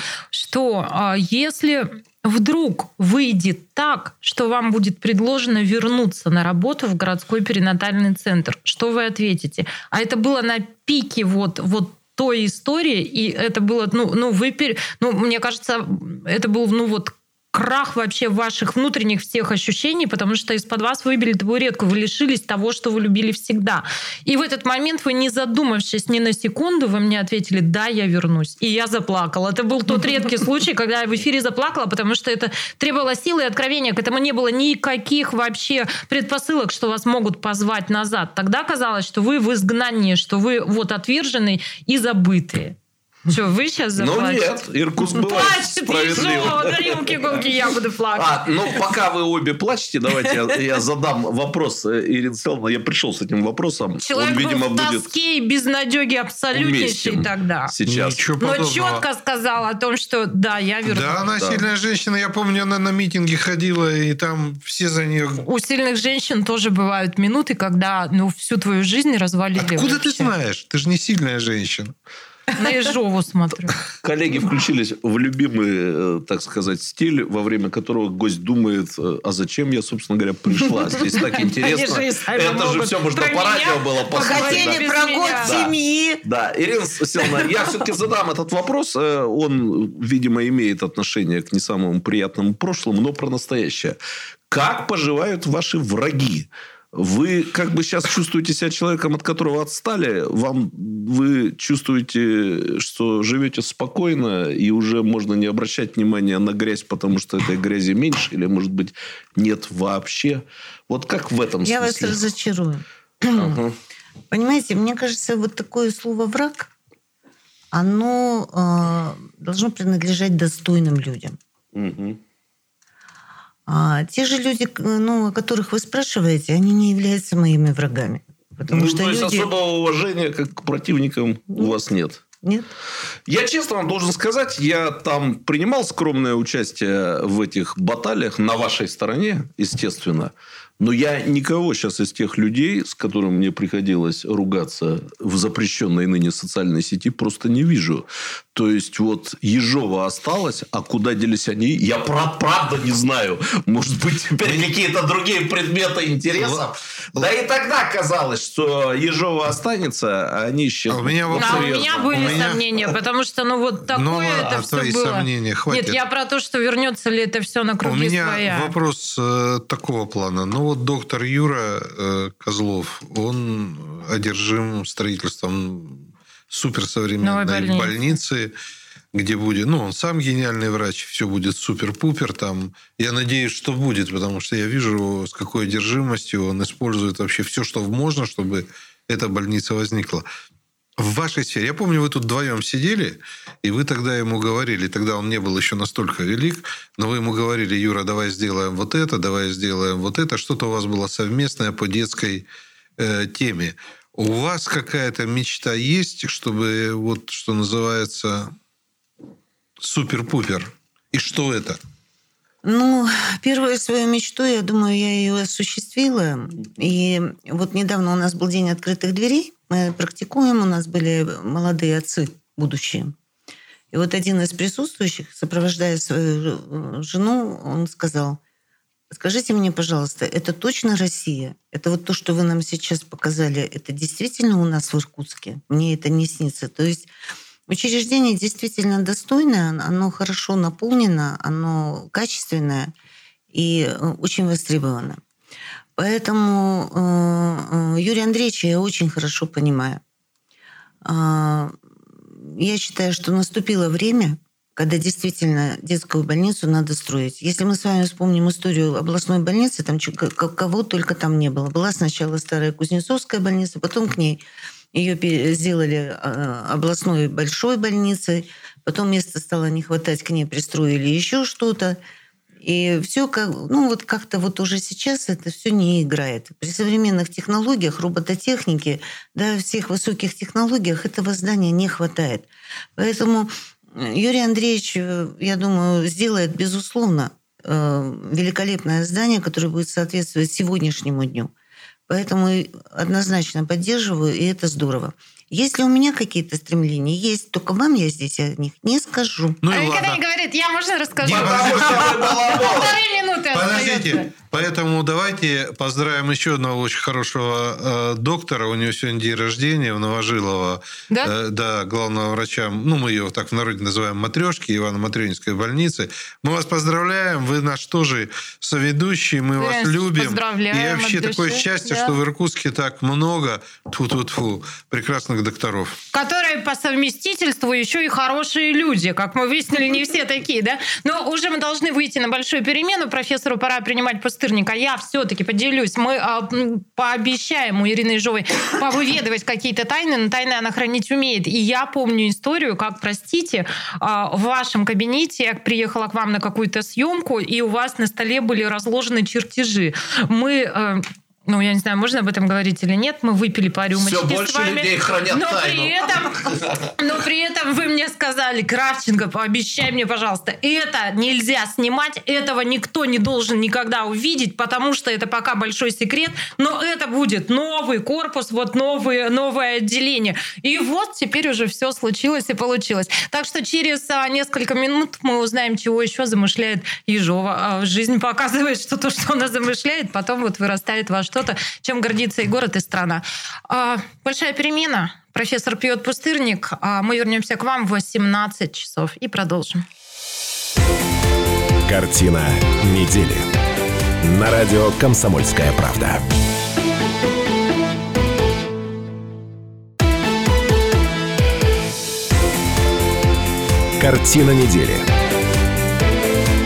что если вдруг выйдет так, что вам будет предложено вернуться на работу в городской перинатальный центр, что вы ответите? А это было на пике вот, вот той истории, и это было, ну, ну, вы, ну, мне кажется, это был, ну, вот крах вообще ваших внутренних всех ощущений, потому что из-под вас выбили табуретку, вы лишились того, что вы любили всегда. И в этот момент вы, не задумавшись ни на секунду, вы мне ответили: да, я вернусь. И я заплакала. Это был тот редкий случай, когда я в эфире заплакала, потому что это требовало силы и откровения. К этому не было никаких вообще предпосылок, что вас могут позвать назад. Тогда казалось, что вы в изгнании, что вы вот отверженные и забытые. Что, вы сейчас заплачете? Ну нет, Иркутск бывает справедливо. Рюмки, гулки, я буду плакать. А, ну пока вы обе плачете, давайте я, я задам вопрос. Ирина Селовна, я пришел с этим вопросом. Человек Он, видимо, был в тоске и безнадёге абсолютнейшей тогда. Сейчас. Ничего Но подобного. четко сказала о том, что да, я вернусь. Да, она да. сильная женщина. Я помню, она на митинге ходила, и там все за нее... У сильных женщин тоже бывают минуты, когда ну, всю твою жизнь развалили. Откуда вообще. ты знаешь? Ты же не сильная женщина. На Ежову смотрю. Коллеги включились в любимый, так сказать, стиль, во время которого гость думает: а зачем я, собственно говоря, пришла? Здесь так интересно. Это же все можно по радио было послушать. Хотели про год семьи. Да, Ирина Селовна, я все-таки задам этот вопрос. Он, видимо, имеет отношение к не самому приятному прошлому, но про настоящее. Как поживают ваши враги? Вы как бы сейчас чувствуете себя человеком, от которого отстали? Вам, вы чувствуете, что живете спокойно, и уже можно не обращать внимания на грязь, потому что этой грязи меньше? Или, может быть, нет вообще? Вот как в этом смысле? Я вас разочарую. Ага. Понимаете, мне кажется, вот такое слово «враг», оно э, должно принадлежать достойным людям. Угу. А те же люди, ну, о которых вы спрашиваете, они не являются моими врагами. Потому ну, что то есть люди... особого уважения как к противникам у вас нет? Нет. Я честно вам должен сказать, я там принимал скромное участие в этих баталиях на вашей стороне, естественно. Но я никого сейчас из тех людей, с которыми мне приходилось ругаться в запрещенной ныне социальной сети, просто не вижу. То есть, вот Ежова осталась, а куда делись они, я правда не знаю. Может быть, теперь какие-то другие предметы интересов. Да и тогда казалось, что Ежова останется, а они исчезнут. А у меня, вот, а у меня были у меня... сомнения, потому что, ну, вот такое ну, это а все твои было. Сомнения хватит. Нет, я про то, что вернется ли это все на круги своя. У меня вопрос э, такого плана. Ну, вот доктор Юра э, Козлов, он одержим строительством суперсовременной больницы. больницы, где будет... Ну, он сам гениальный врач, все будет супер-пупер там. Я надеюсь, что будет, потому что я вижу, с какой одержимостью он использует вообще все, что можно, чтобы эта больница возникла. В вашей сфере. Я помню, вы тут вдвоем сидели, и вы тогда ему говорили, тогда он не был еще настолько велик, но вы ему говорили: Юра, давай сделаем вот это, давай сделаем вот это. Что-то у вас было совместное по детской э, теме. У вас какая-то мечта есть, чтобы, вот, что называется, супер-пупер? И что это? Ну, первую свою мечту, я думаю, я ее осуществила. И вот недавно у нас был день открытых дверей. Мы практикуем, у нас были молодые отцы будущие. И вот один из присутствующих, сопровождая свою жену, он сказал: скажите мне, пожалуйста, это точно Россия? Это вот то, что вы нам сейчас показали, это действительно у нас в Иркутске? Мне это не снится. То есть учреждение действительно достойное, оно хорошо наполнено, оно качественное и очень востребовано. Поэтому э, Юрия Андреевича я очень хорошо понимаю. Э, я считаю, что наступило время, когда действительно детскую больницу надо строить. Если мы с вами вспомним историю областной больницы, там кого только там не было. Была сначала старая Кузнецовская больница, потом к ней ее сделали областной большой больницей, потом места стало не хватать, к ней пристроили еще что-то. И все как, ну вот как-то вот уже сейчас это все не играет. При современных технологиях, робототехнике, да, всех высоких технологиях этого здания не хватает. Поэтому Юрий Андреевич, я думаю, сделает, безусловно, великолепное здание, которое будет соответствовать сегодняшнему дню. Поэтому однозначно поддерживаю, и это здорово. Если у меня какие-то стремления есть, только вам я здесь о них не скажу. Ну, а никогда не говорит: я, можно, расскажу? Полторы минуты Подождите. Поэтому давайте поздравим еще одного очень хорошего э, доктора. У него сегодня день рождения, у Новожилова. Да? Э, да, главного врача. Ну, мы ее так в народе называем Матрешки, Ивано-Матрёнинской больницы. Мы вас поздравляем. Вы наш тоже соведущий. Мы да, вас любим. Поздравляем. И вообще от такое души. счастье, Да. что в Иркутске так много тьфу-тьфу-тьфу, прекрасных докторов. Которые по совместительству еще и хорошие люди. Как мы выяснили, не все такие, да? Но уже мы должны выйти на большую перемену. Профессору пора принимать пустырник. А я все-таки поделюсь. Мы а, пообещаем у Ирины Ежовой повыведывать какие-то тайны, но тайны она хранить умеет. И я помню историю, как, простите, а, в вашем кабинете я приехала к вам на какую-то съемку, и у вас на столе были разложены чертежи. Мы... А, ну, я не знаю, можно об этом говорить или нет. Мы выпили по рюмочке Все больше с вами. людей хранят но тайну. При этом, но при этом вы мне сказали: Кравченко, пообещай мне, пожалуйста, это нельзя снимать, этого никто не должен никогда увидеть, потому что это пока большой секрет, но это будет новый корпус, вот новые, новое отделение. И вот теперь уже все случилось и получилось. Так что через а, несколько минут мы узнаем, чего еще замышляет Ежова. А жизнь показывает, что то, что она замышляет, потом вот вырастает во что-то, чем гордится и город, и страна. Большая перемена. Профессор пьет пустырник. Мы вернемся к вам в восемнадцать часов и продолжим. Картина недели. На радио «Комсомольская правда». Картина недели.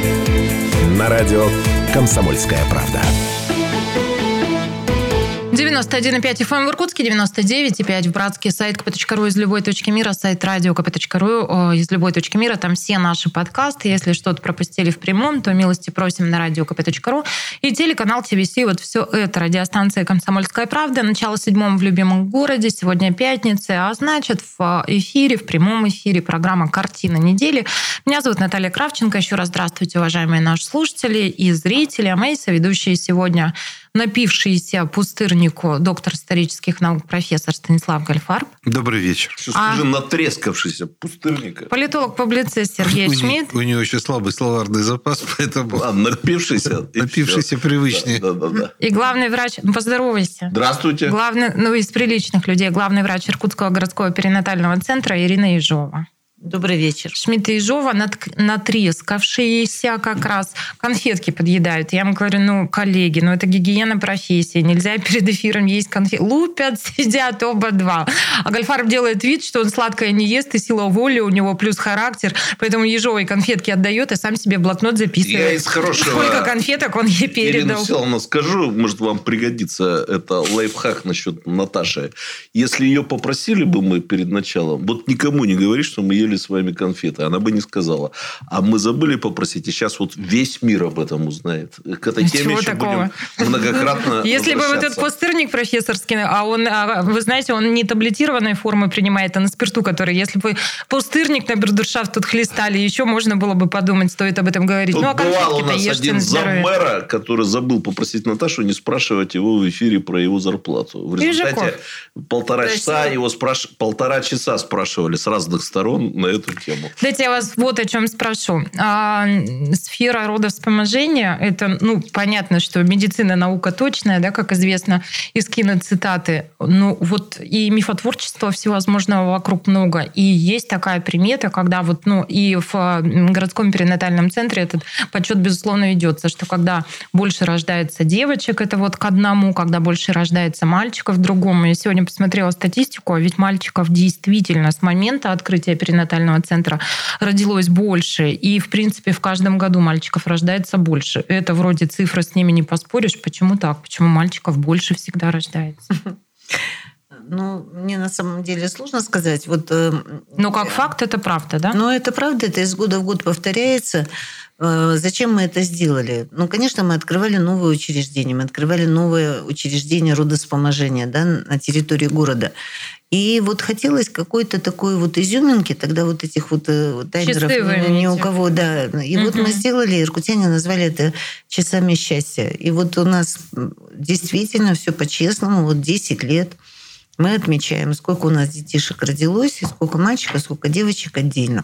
На радио «Комсомольская правда». девяносто девяносто один и пять эф эм в Иркутске, девяносто девять и пять в Братске, сайт ка пэ точка ру из любой точки мира, сайт радио ка пэ точка ру из любой точки мира. Там все наши подкасты. Если что-то пропустили в прямом, то милости просим на радио ка пэ точка ру. И телеканал ти ви си. Вот все это. Радиостанция «Комсомольская правда». Начало седьмом в любимом городе. Сегодня пятница. А значит, в эфире, в прямом эфире программа «Картина недели». Меня зовут Наталья Кравченко. Еще раз здравствуйте, уважаемые наши слушатели и зрители. А мои соведущие сегодня напившийся пустырнику доктор исторических наук профессор Станислав Гольфарб. Добрый вечер. Что скажи, а... натрескавшийся пустырника. Политолог-публицист Сергей у Шмидт. У него очень слабый словарный запас, поэтому... А, напившийся. Напившийся привычнее. Да, да, да. И главный врач... Поздоровайся. Здравствуйте. Главный, ну, из приличных людей. Главный врач Иркутского городского перинатального центра Ирина Ежова. Добрый вечер. Шмидт и Ежова натрескавшиеся как раз конфетки подъедают. Я ему говорю, ну, коллеги, ну это гигиена профессии. Нельзя перед эфиром есть конфеты. Лупят, сидят оба два. А Гольфарб делает вид, что он сладкое не ест, и сила воли у него плюс характер. Поэтому Ежовой конфетки отдает и сам себе в блокнот записывает. Я из хорошего... Сколько конфеток он ей передал. Ирина Селовна, скажу, может, вам пригодится это лайфхак насчет Наташи. Если ее попросили бы мы перед началом, вот никому не говори, что мы ели с вами конфеты. Она бы не сказала. А мы забыли попросить. И сейчас вот весь мир об этом узнает. К этой теме еще будем многократно Если бы вот этот пустырник профессорский, а он, вы знаете, он не таблетированной формы принимает, а на спирту, который, если бы пустырник на брудершафт тут хлестали, еще можно было бы подумать, стоит об этом говорить. Тут ну, а бывал у нас один заммэра, который забыл попросить Наташу не спрашивать его в эфире про его зарплату. В результате полтора часа его спраш... полтора часа спрашивали с разных сторон на эту тему. Дайте я вас вот о чем спрошу. А, сфера родовспоможения, это, ну, понятно, что медицина наука точная, да, как известно из киноцитаты. Ну, вот и мифотворчества всевозможного вокруг много. И есть такая примета, когда вот, ну, и в городском перинатальном центре этот подсчет, безусловно, ведется, что когда больше рождается девочек, это вот к одному, когда больше рождается мальчиков к другому. Я сегодня посмотрела статистику, а ведь мальчиков действительно с момента открытия перинатального центра родилось больше. И, в принципе, в каждом году мальчиков рождается больше. Это вроде цифры, с ними не поспоришь. Почему так? Почему мальчиков больше всегда рождается? Ну, мне на самом деле сложно сказать. Вот, но как факт это правда, да? Ну, это правда, это из года в год повторяется. Зачем мы это сделали? Ну, конечно, мы открывали новые учреждения, мы открывали новые учреждения родовспоможения, да, на территории города. И вот хотелось какой-то такой вот изюминки, тогда вот этих вот таймеров ни, ни у кого, да. И угу. вот мы сделали, иркутяне назвали это часами счастья. И вот у нас действительно все по-честному, вот десять лет мы отмечаем, сколько у нас детишек родилось, и сколько мальчиков, сколько девочек отдельно.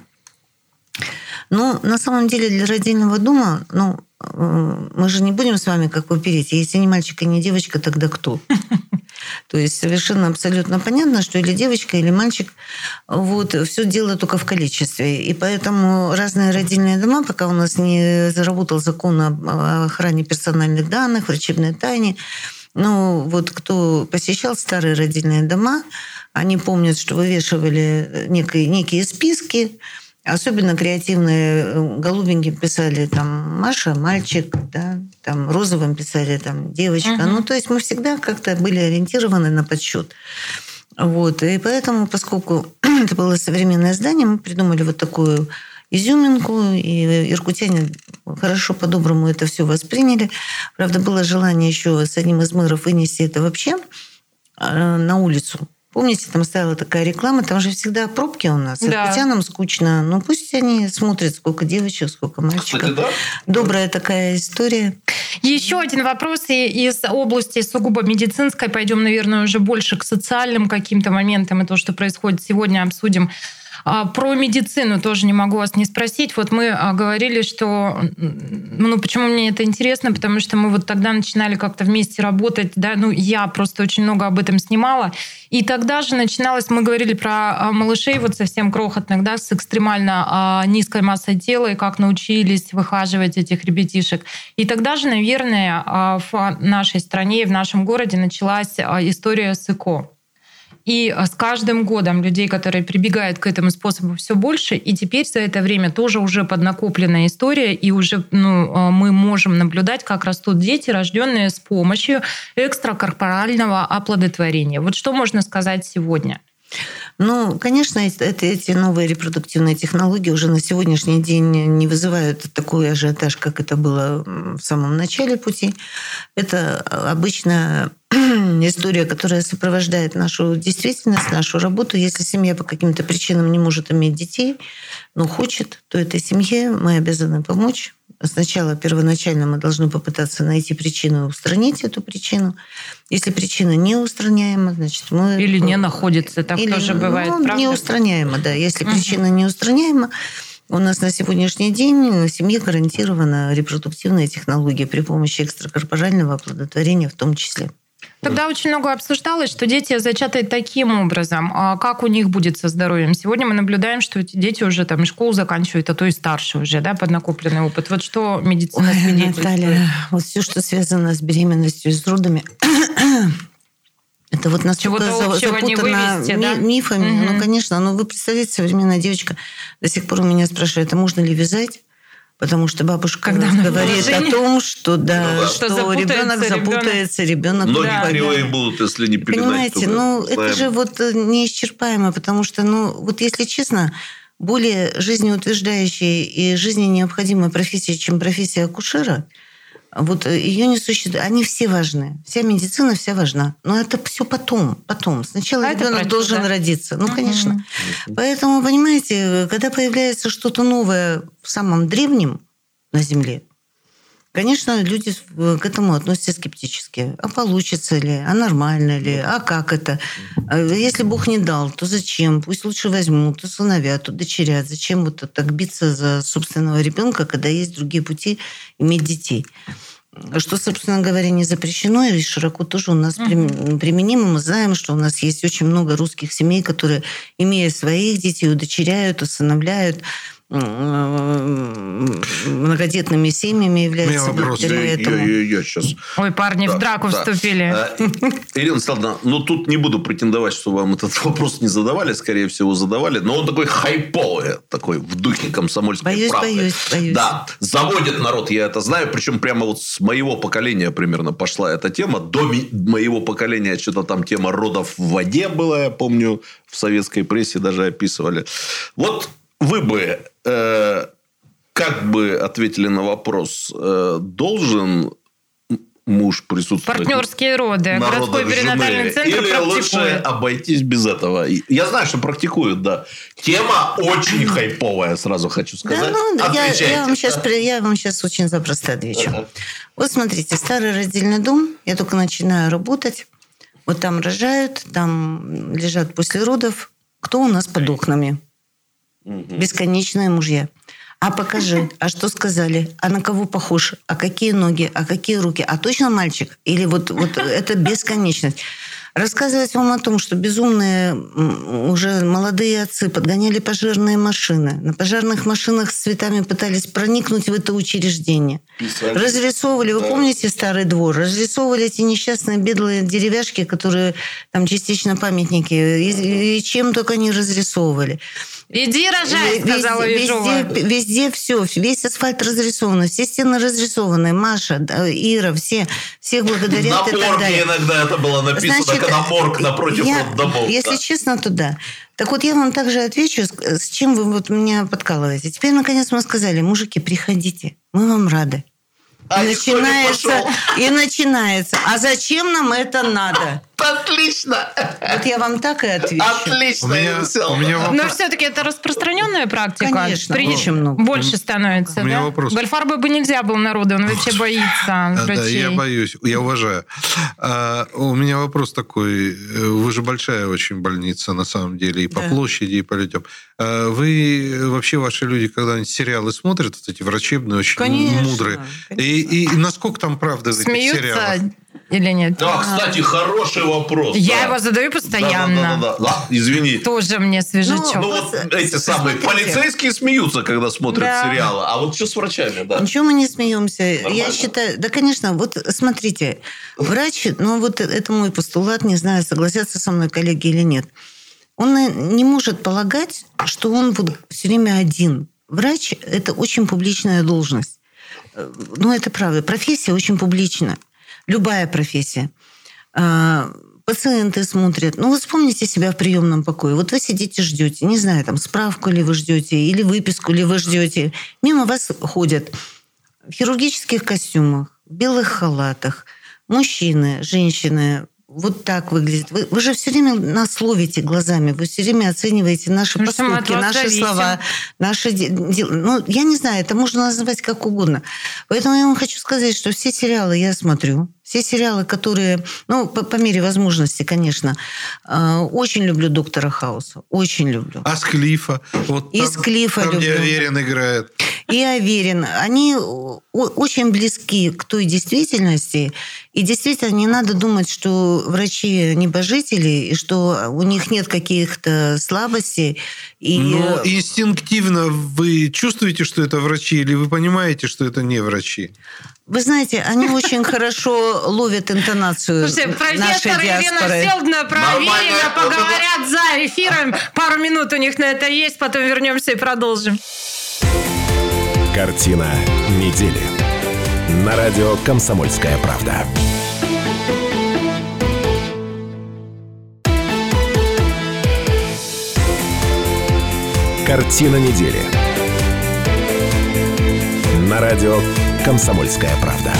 Но на самом деле для родильного дома, ну, мы же не будем с вами как попереть. Если не мальчик и не девочка, тогда кто? То есть совершенно абсолютно понятно, что или девочка, или мальчик. Вот, все дело только в количестве. И поэтому разные родильные дома, пока у нас не заработал закон об охране персональных данных, врачебной тайне, ну, вот кто посещал старые родильные дома, они помнят, что вывешивали некие, некие списки. Особенно креативные голубеньким писали там Маша, мальчик, да, там розовым писали там девочка. Uh-huh. Ну, то есть мы всегда как-то были ориентированы на подсчет. Вот. И поэтому, поскольку это было современное здание, мы придумали вот такую изюминку, и иркутяне хорошо по-доброму это все восприняли. Правда, было желание еще с одним из мэров вынести это вообще на улицу. Помните, там стояла такая реклама, там же всегда пробки у нас. Да. Иркутянам скучно. Ну, пусть они смотрят, сколько девочек, сколько мальчиков. Кстати, да? Добрая такая история. Еще один вопрос из области сугубо медицинской. Пойдем, наверное, уже больше к социальным каким-то моментам. И то, что происходит сегодня, обсудим. Про медицину тоже не могу вас не спросить. Вот мы говорили, что... Ну, почему мне это интересно? Потому что мы вот тогда начинали как-то вместе работать. Да? Ну, я просто очень много об этом снимала. И тогда же начиналось... Мы говорили про малышей вот совсем крохотных, да, с экстремально низкой массой тела, и как научились выхаживать этих ребятишек. И тогда же, наверное, в нашей стране и в нашем городе началась история с ЭКО. И с каждым годом людей, которые прибегают к этому способу, все больше. И теперь за это время тоже уже поднакопленная история, и уже ну, мы можем наблюдать, как растут дети, рожденные с помощью экстракорпорального оплодотворения. Вот что можно сказать сегодня? Ну, конечно, это, эти новые репродуктивные технологии уже на сегодняшний день не вызывают такой ажиотаж, как это было в самом начале пути. Это обычно история, которая сопровождает нашу действительность, нашу работу. Если семья по каким-то причинам не может иметь детей, но хочет, то этой семье мы обязаны помочь. Сначала первоначально мы должны попытаться найти причину и устранить эту причину. Если причина неустраняема, значит мы... Или не находится, так Или, тоже бывает, ну, правда? Неустраняема, да. Если Угу. причина неустраняема, у нас на сегодняшний день в семье гарантирована репродуктивная технология при помощи экстракорпорального оплодотворения в том числе. Тогда очень много обсуждалось, что дети зачаты таким образом. А как у них будет со здоровьем? Сегодня мы наблюдаем, что эти дети уже там и школу заканчивают, а то и старше уже, да, поднакопленный опыт. Вот что медицина Ой, свидетельствует? Наталья, вот все, что связано с беременностью и с родами, это вот настолько Чего-то общего не запутано вывести, ми- да? мифами. Мгм. Ну, конечно, ну вы представляете, современная девочка до сих пор у меня спрашивает, а можно ли вязать? Потому что бабушка Когда она говорит положение. о том, что да, Ну да. что, Что запутается ребенок ребенок. запутается, ребенок Ноги Да. кривые будут, если не передать. Понимаете, туда. ну это Знаем. же вот э, неисчерпаемо, потому что, ну вот если честно, более жизнеутверждающая и жизненно необходимая профессия, чем профессия акушера, вот ее не существует. Они все важны. Вся медицина вся важна. Но это все потом. Потом. Сначала А это ребенок врач, должен да? родиться. Ну, Мгм. конечно. Поэтому, понимаете, когда появляется что-то новое в самом древнем на Земле, конечно, люди к этому относятся скептически. А получится ли? А нормально ли? А как это? Если Бог не дал, то зачем? Пусть лучше возьмут, то сыновья, то дочерят. Зачем вот так биться за собственного ребенка, когда есть другие пути иметь детей? Что, собственно говоря, не запрещено и широко тоже у нас uh-huh. применимо. Мы знаем, что у нас есть очень много русских семей, которые, имея своих детей, удочеряют, усыновляют, многодетными семьями являются благодаря я, этому. Я, я, я сейчас... Ой, парни Да, в драку да. вступили. А, Ирина Александровна, ну тут не буду претендовать, что вам этот вопрос не задавали, скорее всего, задавали, но он такой хайповый, такой в духе комсомольской боюсь, правды. Боюсь, боюсь. Да, заводит народ, я это знаю, причем прямо вот с моего поколения примерно пошла эта тема. До ми- моего поколения что-то там тема родов в воде была, я помню, в советской прессе даже описывали. Вот вы бы... Э, как бы ответили на вопрос, э, должен муж присутствовать? Партнерские роды. На Городской родах перинатальный жены? центр Или практикует. лучше обойтись без этого? Я знаю, что практикуют, да. Тема очень хайповая, сразу хочу сказать. Да, ну, я, Отвечайте. я, вам сейчас, я вам сейчас очень запросто отвечу. Ага. Вот смотрите, старый родильный дом, я только начинаю работать, вот там рожают, там лежат после родов. Кто у нас под окнами? Угу. Бесконечные мужья. А покажи, а что сказали, а на кого похож, а какие ноги, а какие руки, а точно мальчик? Или вот, вот это бесконечность. Рассказывать вам о том, что безумные уже молодые отцы подгоняли пожарные машины. На пожарных машинах с цветами пытались проникнуть в это учреждение. Писали. Разрисовывали, вы Да. помните старый двор? Разрисовывали эти несчастные бедлые деревяшки, которые там частично памятники, и, и чем только не разрисовывали. Иди рожай, сказала Везде, Ежова. везде, везде все, весь асфальт разрисован, все стены разрисованы, Маша, да, Ира, все, всех благодарят На и так морге далее. иногда это было написано, Значит, когда морг напротив я, домов. Если да. честно, то да. Так вот, я вам также отвечу, с, с чем вы вот меня подкалываете. Теперь, наконец, мы сказали, мужики, приходите, мы вам рады. А и, никто не начинается, пошел. и начинается. А зачем нам это надо? Отлично! Вот я вам так и отвечу. Отлично, У меня, Ирина Александровна. у меня Но вопрос. все-таки это распространенная практика. Конечно, При- очень много. Больше становится, У меня да? вопрос. Гольфарбе бы нельзя был народу, он вообще боится Да, да, врачей. я боюсь, я уважаю. А, у меня вопрос такой. Вы же большая очень больница, на самом деле, и по Да. площади, и по людям. А вы, вообще, ваши люди, когда-нибудь сериалы смотрят, вот эти врачебные, очень Конечно, мудрые? конечно. И, и насколько там правда в этих Смеются. сериалах? или нет? Да, кстати, хороший вопрос. Я да. его задаю постоянно. Да, да, да, да, да. Извини. Тоже мне свежачок. Ну, ну вот эти самые полицейские смеются, когда смотрят да. сериалы. А вот что с врачами, да? Ничего мы не смеемся. Нормально? Я считаю... Да, конечно. Вот смотрите. Врач, ну вот это мой постулат, не знаю, согласятся со мной коллеги или нет. Он не может полагать, что он вот все время один. Врач – это очень публичная должность. Ну, это правда. Профессия очень публична. Любая профессия. Пациенты смотрят. Ну, вы вспомните себя в приемном покое. Вот вы сидите, ждете. Не знаю, там, справку ли вы ждете, или выписку ли вы ждете. Мимо вас ходят в хирургических костюмах, в белых халатах. Мужчины, женщины. Вот так выглядит. Вы, вы же все время нас ловите глазами, вы все время оцениваете наши ну, поступки, наши зависим. слова, наши дела. Ну, я не знаю, это можно назвать как угодно. Поэтому я вам хочу сказать, что все сериалы я смотрю. Все сериалы, которые, ну, по, по мере возможности, конечно. Э, очень люблю «Доктора Хауса». Очень люблю. А Склифа? Вот и Склифа там, люблю. Где Аверин играет. И Аверин. Они очень близки к той действительности. И действительно, не надо думать, что врачи небожители, и что у них нет каких-то слабостей. И... Но инстинктивно вы чувствуете, что это врачи, или вы понимаете, что это не врачи? Вы знаете, они очень хорошо ловят интонацию нашей диаспоры. Профессор Ирина Селдна про Аверина поговорят за эфиром. Пару минут у них на это есть, потом вернемся и продолжим. Картина недели. На радио «Комсомольская правда». Картина недели. На радио «Комсомольская правда».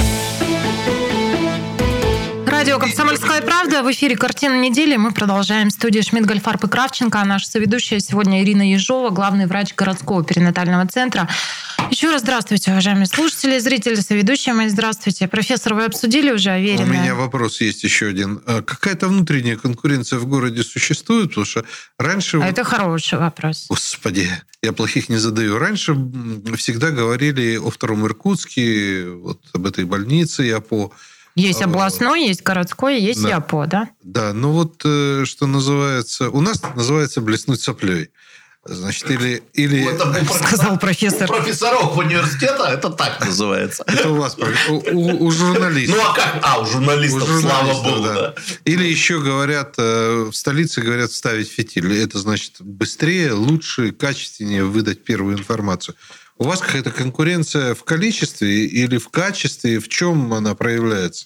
Радио «Комсомольская правда». В эфире «Картина недели». Мы продолжаем. В студии Шмидт, Гольфарб и Кравченко. А наша соведущая сегодня Ирина Ежова, главный врач городского перинатального центра. Еще раз здравствуйте, уважаемые слушатели, зрители, соведущие мои. Здравствуйте. Профессор, вы обсудили уже Аверина? У меня вопрос есть еще один. Какая-то внутренняя конкуренция в городе существует? Потому что раньше... А это хороший вопрос. Господи, я плохих не задаю. Раньше всегда говорили о Втором Иркутске, вот об этой больнице ЯПО. Есть областной, есть городской, есть да. ЯПО, да? Да, ну вот, что называется... У нас называется «блеснуть соплей». Значит, или... или... Сказал профессор. У профессоров университета это так называется. Это у вас, у, у, у журналистов. Ну, а как? А, у журналистов, у журналистов слава богу. Да. Да. Или еще говорят, в столице говорят ставить фитиль. Это значит быстрее, лучше, качественнее выдать первую информацию. У вас какая-то конкуренция в количестве или в качестве? В чем она проявляется?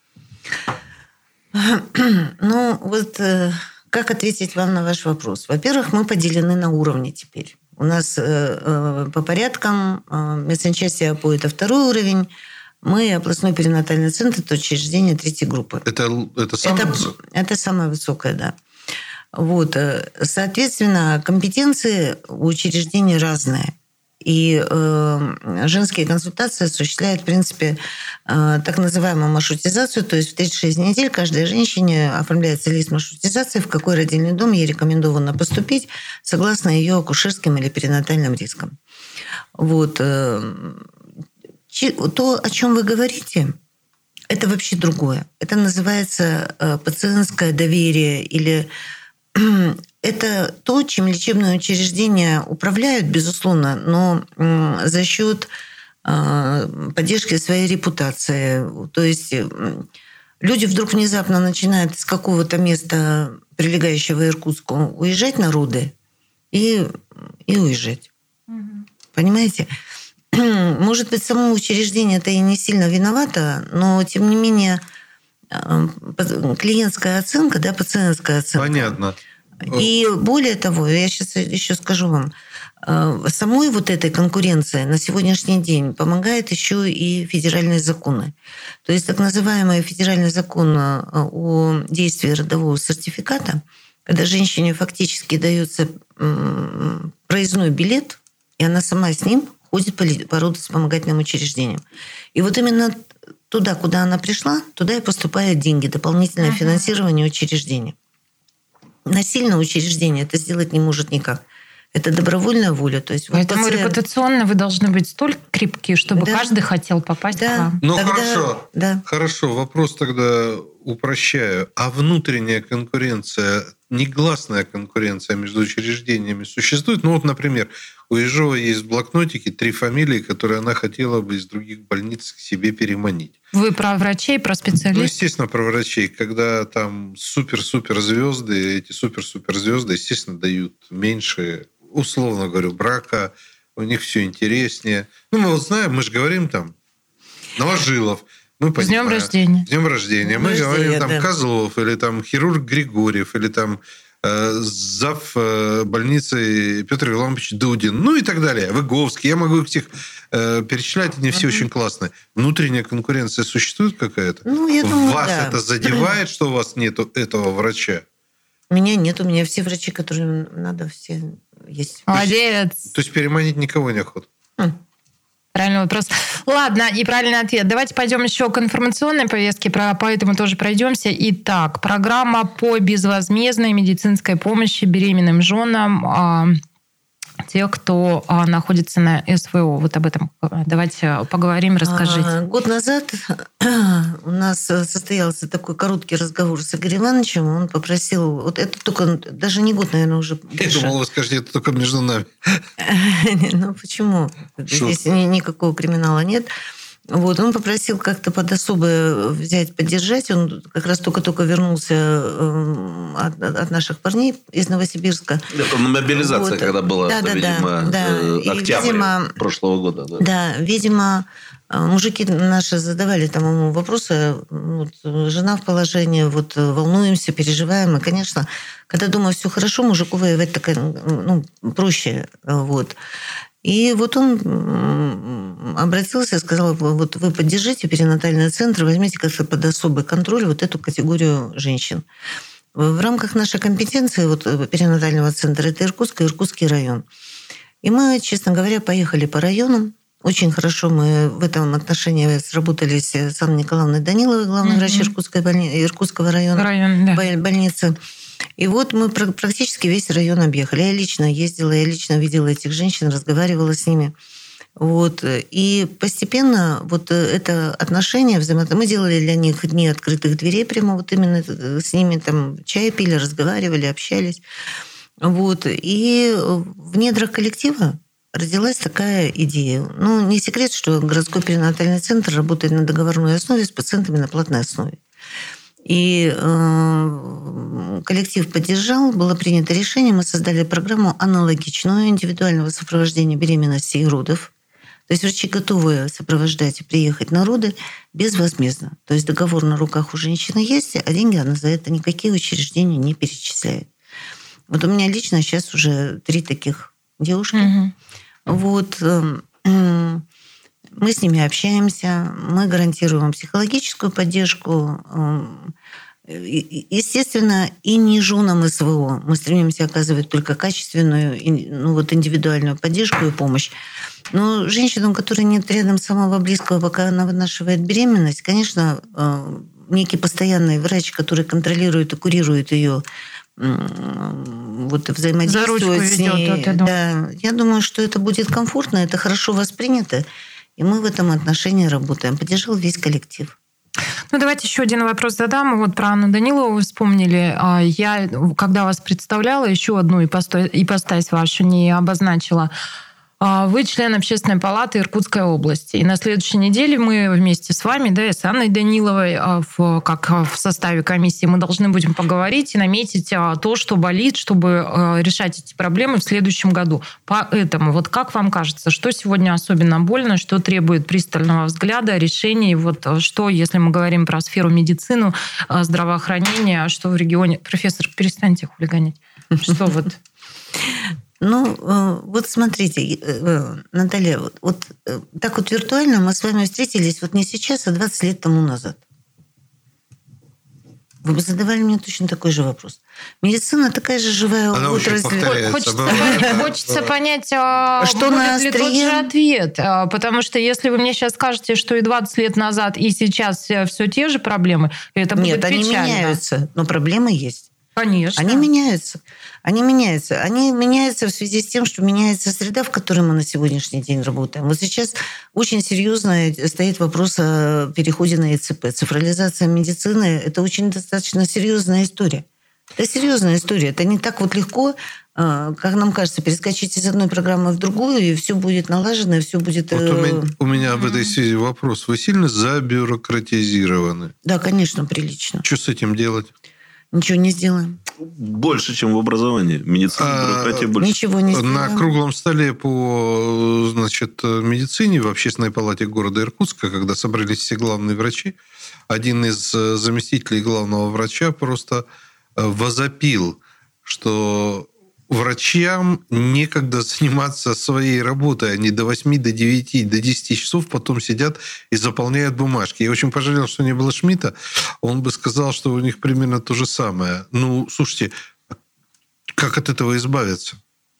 Ну, вот... Как ответить вам на ваш вопрос? Во-первых, мы поделены на уровни теперь. У нас э, по порядкам э, медсанчасть ЯПО – это второй уровень. Мы областной перинатальный центр – это учреждение третьей группы. Это, это самое это, высокое? Это самое высокое, да. Вот. Соответственно, компетенции у учреждений разные. И э, женские консультации осуществляют, в принципе, э, так называемую маршрутизацию. То есть в тридцать шесть недель каждой женщине оформляется лист маршрутизации, в какой родильный дом ей рекомендовано поступить, согласно ее акушерским или перинатальным рискам. Вот. Э, то, о чем вы говорите, это вообще другое. Это называется э, пациентское доверие или... Это то, чем лечебные учреждения управляют, безусловно, но за счет поддержки своей репутации. То есть люди вдруг внезапно начинают из какого-то места, прилегающего к Иркутску, уезжать на роды и, и уезжать. Угу. Понимаете? Может быть, само учреждение-то и не сильно виновато, но, тем не менее, клиентская оценка, да, пациентская оценка. Понятно. И более того, я сейчас еще скажу вам, самой вот этой конкуренции на сегодняшний день помогают еще и федеральные законы. То есть так называемый федеральный закон о действии родового сертификата, когда женщине фактически дается проездной билет, и она сама с ним ходит по родовспомогательным учреждениям. И вот именно туда, куда она пришла, туда и поступают деньги, дополнительное uh-huh. финансирование учреждения. Насильно учреждение это сделать не может никак. Это добровольная воля. То есть Поэтому вот пациент... репутационно вы должны быть столь крепкие, чтобы да. каждый хотел попасть да. к вам. Ну, тогда... хорошо. Да. Хорошо, вопрос тогда упрощаю. А внутренняя конкуренция, негласная конкуренция между учреждениями существует? Ну, вот, например, у Ежова есть в блокнотике три фамилии, которые она хотела бы из других больниц к себе переманить. Вы про врачей, про специалистов? Ну, естественно, про врачей. Когда там супер-супер звезды, эти супер-супер звезды, естественно, дают меньше, условно говорю, брака, у них все интереснее. Ну, мы вот знаем, мы же говорим там Новожилов. Мы С днем рождения. С днем рождения. Мы Рождения, говорим там да. Козлов, или там хирург Григорьев, или там э, зав э, больницы Петр Виламович Дудин, ну и так далее. Выговский. Я могу их всех э, перечислять, они все uh-huh. очень классные. Внутренняя конкуренция существует какая-то? Ну, я думаю, Вас да. это задевает, что у вас нету этого врача? Меня нет, у меня все врачи, которые надо, все есть. Молодец. То есть переманить никого не охота? Хм. Правильный вопрос. Ладно, и правильный ответ. Давайте пойдем еще к информационной повестке, поэтому тоже пройдемся. Итак, программа по безвозмездной медицинской помощи беременным женам, тех, кто находится на СВО. Вот об этом давайте поговорим, расскажите. Год назад у нас состоялся такой короткий разговор с Игорем Ивановичем. Он попросил... Вот это только... Даже не год, наверное, уже больше. Я думал, вы скажете, это только между нами. Ну, почему? Здесь никакого криминала нет. Вот, он попросил как-то под особое взять, поддержать. Он как раз только-только вернулся от, от наших парней из Новосибирска. Это мобилизация, вот. Когда была, да, это, да, видимо, да, да. октябрь и, видимо, прошлого года. Да. да, видимо, мужики наши задавали там ему вопросы. Вот, жена в положении, вот волнуемся, переживаем. И, конечно, когда дома все хорошо, мужику воевать такая, ну, проще. Вот. И вот он обратился и сказал, вот вы поддержите перинатальный центр, возьмите как-то под особый контроль вот эту категорию женщин. В рамках нашей компетенции вот, перинатального центра это Иркутск и Иркутский район. И мы, честно говоря, поехали по районам. Очень хорошо мы в этом отношении сработались с Анной Николаевной Даниловой, главный mm-hmm. врач Иркутской больни... Иркутского района, Район, да. больницы. И вот мы практически весь район объехали. Я лично ездила, я лично видела этих женщин, разговаривала с ними. Вот. И постепенно вот это отношение, взаимоотношения, мы делали для них дни открытых дверей, прямо вот именно с ними там чай пили, разговаривали, общались. Вот. И в недрах коллектива родилась такая идея. Ну, не секрет, что городской перинатальный центр работает на договорной основе с пациентами на платной основе. И э, коллектив поддержал, было принято решение, мы создали программу аналогичную индивидуального сопровождения беременности и родов. То есть врачи готовы сопровождать и приехать на роды безвозмездно. То есть договор на руках у женщины есть, а деньги она за это никакие учреждения не перечисляет. Вот у меня лично сейчас уже три таких девушки. Mm-hmm. Вот. Э, э, Мы с ними общаемся, мы гарантируем психологическую поддержку. Естественно, и не женам СВО. Мы стремимся оказывать только качественную, ну, вот индивидуальную поддержку и помощь. Но женщинам, которые нет рядом самого близкого, пока она вынашивает беременность, конечно, некий постоянный врач, который контролирует и курирует ее, вот взаимодействует с ней. Вот это, да. Я думаю, что это будет комфортно, это хорошо воспринято. И мы в этом отношении работаем. Поддержал весь коллектив. Ну, давайте еще один вопрос задам. Вот про Анну Данилову вы вспомнили. Я, когда вас представляла, еще одну ипостась вашу не обозначила. Вы член Общественной палаты Иркутской области. И на следующей неделе мы вместе с вами, да, и с Анной Даниловой, в, как в составе комиссии, мы должны будем поговорить и наметить то, что болит, чтобы решать эти проблемы в следующем году. Поэтому, вот как вам кажется, что сегодня особенно больно, что требует пристального взгляда, решений, вот что, если мы говорим про сферу медицины, здравоохранения, что в регионе... Профессор, перестаньте хулиганить. Что вот... Ну, вот смотрите, Наталья, вот, вот так вот виртуально мы с вами встретились вот не сейчас, а двадцать лет тому назад. Вы бы задавали мне точно такой же вопрос. Медицина такая же живая Она отрасль. Хочется, хочется понять, что будет на ли тот же ответ. Потому что если вы мне сейчас скажете, что и двадцать лет назад, и сейчас все те же проблемы, это будет Нет, печально. они меняются, но проблемы есть. Конечно. Они меняются. Они меняются. Они меняются в связи с тем, что меняется среда, в которой мы на сегодняшний день работаем. Вот сейчас очень серьезно стоит вопрос о переходе на ИЦП. Цифрализация медицины – это очень достаточно серьезная история. Это серьезная история. Это не так вот легко, как нам кажется, перескочить из одной программы в другую, и все будет налажено, и все будет... Вот у меня, у меня в этой связи вопрос. Вы сильно забюрократизированы? Да, конечно, прилично. Что с этим делать? Ничего не сделаем. Больше, чем в образовании. Медицина, а, бюрократия больше. Ничего не сделаем. На круглом столе по, значит, медицине в Общественной палате города Иркутска, когда собрались все главные врачи, один из заместителей главного врача просто возопил, что врачам некогда заниматься своей работой. Они до восьми, до девяти, до десяти часов потом сидят и заполняют бумажки. Я очень пожалел, что не было Шмидта. Он бы сказал, что у них примерно то же самое. Ну, слушайте, как от этого избавиться?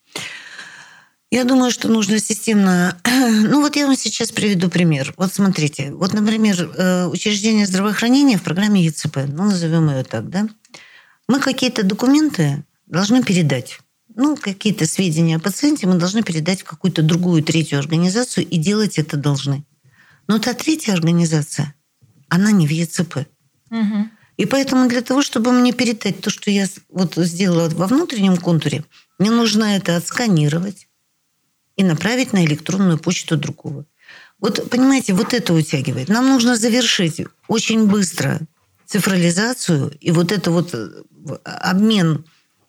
Я думаю, что нужно системно... Ну, вот я вам сейчас приведу пример. Вот смотрите. Вот, например, учреждение здравоохранения в программе ЕЦП, ну, назовем ее так, да? Мы какие-то документы должны передать. Ну, какие-то сведения о пациенте мы должны передать в какую-то другую, третью организацию, и делать это должны. Но та третья организация, она не в ЕЦП. Угу. И поэтому для того, чтобы мне передать то, что я вот сделала во внутреннем контуре, мне нужно это отсканировать и направить на электронную почту другого. Вот, понимаете, вот это утягивает. Нам нужно завершить очень быстро цифрализацию и вот это вот обмен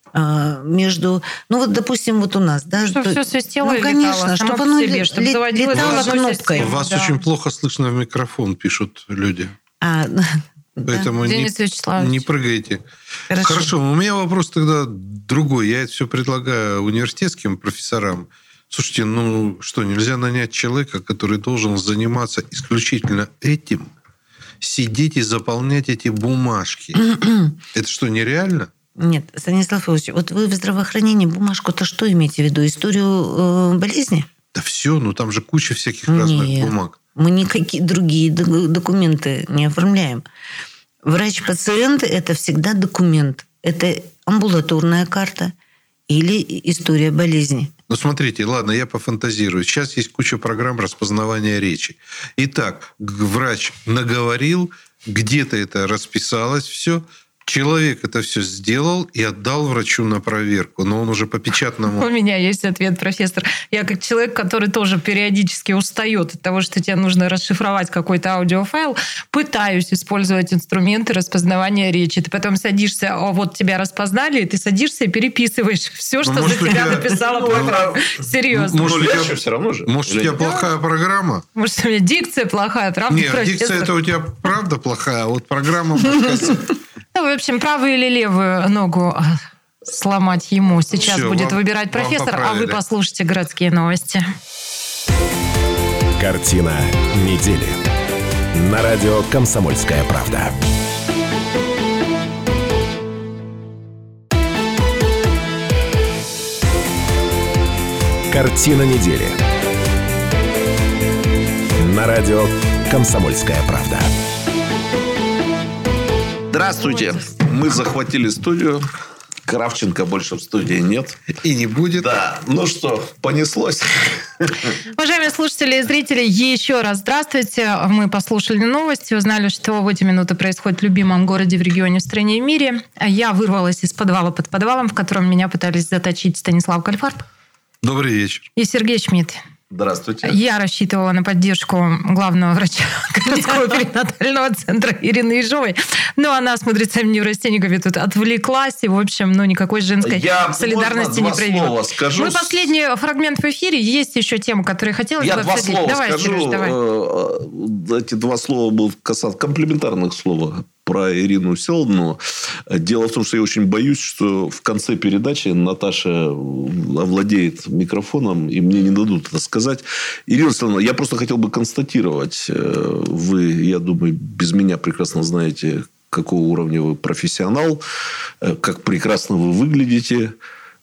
между... Ну, вот, допустим, вот у нас, да... Чтобы то, все свистело ну, и конечно, летало чтобы само оно по себе, чтобы лет, заводилось летало кнопкой. Вас да. очень плохо слышно в микрофон, пишут люди. А, Поэтому да. не, не прыгайте. Хорошо. Хорошо, у меня вопрос тогда другой. Я это все предлагаю университетским профессорам. Слушайте, ну что, нельзя нанять человека, который должен заниматься исключительно этим, сидеть и заполнять эти бумажки? Это что, нереально? Нет, Станислав Ильич, вот вы в здравоохранении бумажку-то что имеете в виду? Историю э, болезни? Да все, ну там же куча всяких разных Нет, бумаг. Мы никакие другие документы не оформляем. Врач-пациент – это всегда документ. Это амбулаторная карта или история болезни. Ну, смотрите, ладно, я пофантазирую. Сейчас есть куча программ распознавания речи. Итак, врач наговорил, где-то это расписалось все. Человек это все сделал и отдал врачу на проверку, но он уже по печатному... У меня есть ответ, профессор. Я как человек, который тоже периодически устает от того, что тебе нужно расшифровать какой-то аудиофайл, пытаюсь использовать инструменты распознавания речи. Ты потом садишься, а вот тебя распознали, и ты садишься и переписываешь все, что за тебя написала программа. Серьезно. Может, у тебя все равно же? Может, у тебя плохая программа? Может, у меня дикция плохая, правда, Нет, дикция это у тебя правда плохая, а вот программа... Ну, в общем, правую или левую ногу сломать ему сейчас Все, будет вам, выбирать профессор, а вы послушайте городские новости. Картина недели. На радио «Комсомольская правда». Картина недели. На радио «Комсомольская правда». Здравствуйте. Мы захватили студию. Кравченко больше в студии нет. И не будет. Да. Ну что, понеслось. Уважаемые слушатели и зрители, еще раз здравствуйте. Мы послушали новости, узнали, что в эти минуты происходит в любимом городе, в регионе, в стране и мире. Я вырвалась из подвала под подвалом, в котором меня пытались заточить Станислав Гольфарб. Добрый вечер. И Сергей Шмидт. Здравствуйте. Я рассчитывала на поддержку главного врача городского перинатального центра Ирины Ежовой. Но она с мудрецами неврастенниками тут отвлеклась. И, в общем, ну, никакой женской Я, солидарности не проявила. Скажу... Мы последний фрагмент в эфире. Есть еще темы, которые хотелось Я бы два обсудить. слова Давай, скажу. Сереж, давай. Эти два слова будут касаться комплементарных слов про Ирину Всеволодовну. Дело в том, что я очень боюсь, что в конце передачи Наташа овладеет микрофоном, и мне не дадут это сказать. Ирина Всеволодовна, я просто хотел бы констатировать. Вы, я думаю, без меня прекрасно знаете, какого уровня вы профессионал, как прекрасно вы выглядите.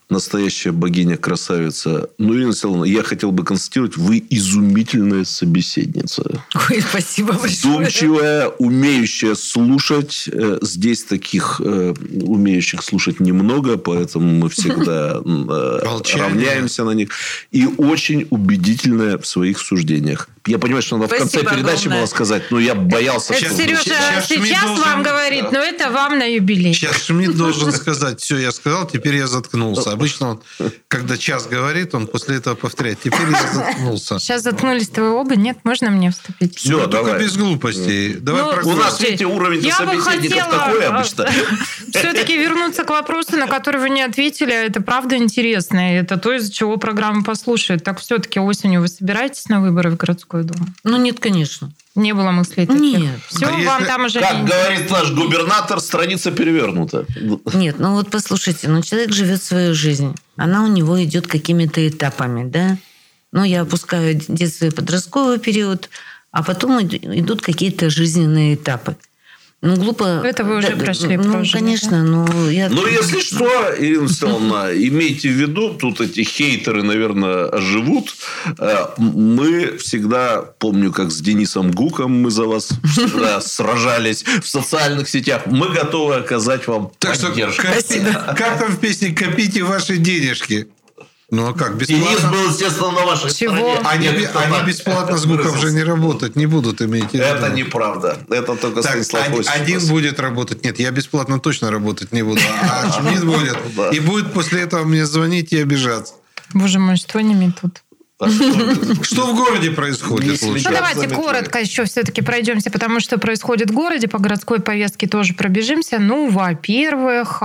настоящая богиня-красавица. Ну, Ирина Степановна, я хотел бы констатировать, вы изумительная собеседница. Ой, спасибо большое. Вдумчивая, умеющая слушать. Здесь таких умеющих слушать немного, поэтому мы всегда равняемся на них. И очень убедительная в своих суждениях. Я понимаю, что надо в конце передачи было сказать, но я боялся. Это Сережа сейчас, сейчас вам должен... говорит, но это вам на юбилей. Сейчас Шмидт должен сказать, все, я сказал, теперь я заткнулся. Обычно он, когда час говорит, он после этого повторяет, теперь я заткнулся. Сейчас заткнулись-то вы оба, нет? Можно мне вступить? Все, ну, только без глупостей. Давай ну, про... У нас, видите, уровень собеседников такой обычно. Все-таки вернуться к вопросу, на который вы не ответили, это правда интересно. И это то, из-за чего программа послушает. Так все-таки осенью вы собираетесь на выборы в городскую думу? Ну, нет, конечно. Не было мыслей таких? Нет. Все, а вам если... там уже... Как не... говорит наш губернатор, страница перевернута. Нет, ну вот послушайте, ну человек живет свою жизнь. Она у него идет какими-то этапами, да? Ну, я опускаю детство и подростковый период, а потом идут какие-то жизненные этапы. Ну, глупо... Это вы уже да, прошли. Ну, прожили, конечно, но я... Ну, если что, Ирина Степановна, имейте в виду, тут эти хейтеры, наверное, живут. Мы всегда, помню, как с Денисом Гуком мы за вас всегда сражались в социальных сетях. Мы готовы оказать вам так поддержку. Что, как там в песне «Копите ваши денежки»? Ну, а как? Бесплатно? Денис был, естественно, на вашей Чего? стороне. Они, они бесплатно с Гуком же не работать не будут, иметь в виду. Это неправда. Это только так, Станислав один, один будет работать. Нет, я бесплатно точно работать не буду. А Шмидт будет. И будет после этого мне звонить и обижаться. Боже мой, что они мне тут? Что в городе происходит? Ну, давайте коротко еще все-таки пройдемся, потому что происходит в городе. По городской повестке тоже пробежимся. Ну, во-первых,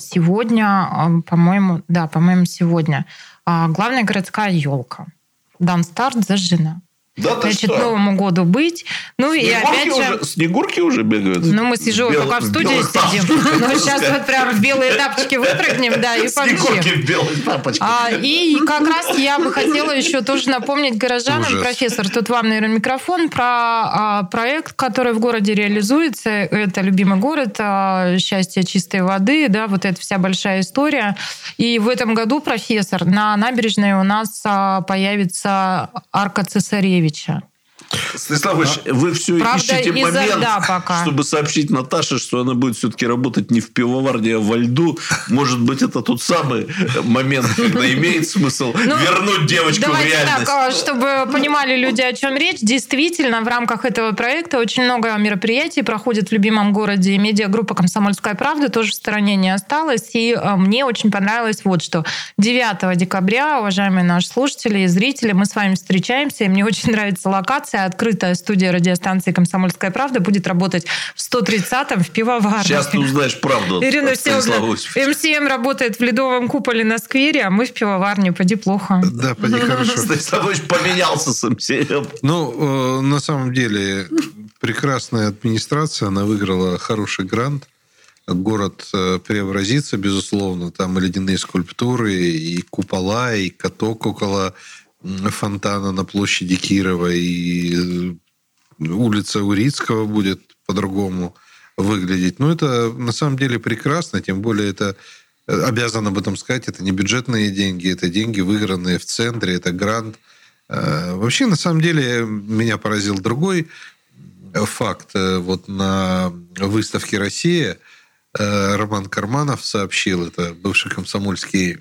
сегодня, по-моему, да, по-моему, сегодня главная городская елка. Дан старт, зажжена. Да, Значит, Новому году быть. Ну Снегурки и опять же... Уже, снегурки уже бегают? Ну, мы с Ежовой пока в студии сидим. Ну, сейчас вот прям в белые тапочки выпрыгнем, да, и Снегурки в белые тапочки. А, и как раз я бы хотела еще тоже напомнить горожанам, Ужас. Профессор, тут вам, наверное, микрофон, про а, проект, который в городе реализуется. Это «Любимый город», а, «Счастье чистой воды», да, вот эта вся большая история. И в этом году, профессор, на набережной у нас а, появится арка Цесаревича. Станислав Ильич, да. вы все Правда, ищете момент, да, пока. чтобы сообщить Наташе, что она будет все-таки работать не в пивоварне, а во льду. Может быть, это тот самый момент, когда имеет смысл ну, вернуть девочку в реальность. Так, чтобы понимали люди, о чем речь. Действительно, в рамках этого проекта очень много мероприятий проходит в любимом городе. И медиагруппа «Комсомольская правда» тоже в стороне не осталась. И мне очень понравилось вот что. девятого декабря, уважаемые наши слушатели и зрители, мы с вами встречаемся. И мне очень нравится локация. Открытая студия радиостанции «Комсомольская правда» будет работать в сто тридцатом в пивоварне. Сейчас ты узнаешь правду. Ирина Всеволодовна, эм си эм работает в Ледовом куполе на сквере, а мы в пивоварне. Поди плохо. Да, поди хорошо. Станислав поменялся с эм си эм. Ну, на самом деле, прекрасная администрация, она выиграла хороший грант. Город преобразится, безусловно. Там и ледяные скульптуры, и купола, и каток около фонтана на площади Кирова, и улица Урицкого будет по-другому выглядеть. Но это на самом деле прекрасно, тем более это, обязан об этом сказать, это не бюджетные деньги, это деньги, выигранные в центре, это грант. Вообще, на самом деле, меня поразил другой факт. Вот на выставке «Россия» Роман Карманов сообщил, это бывший комсомольский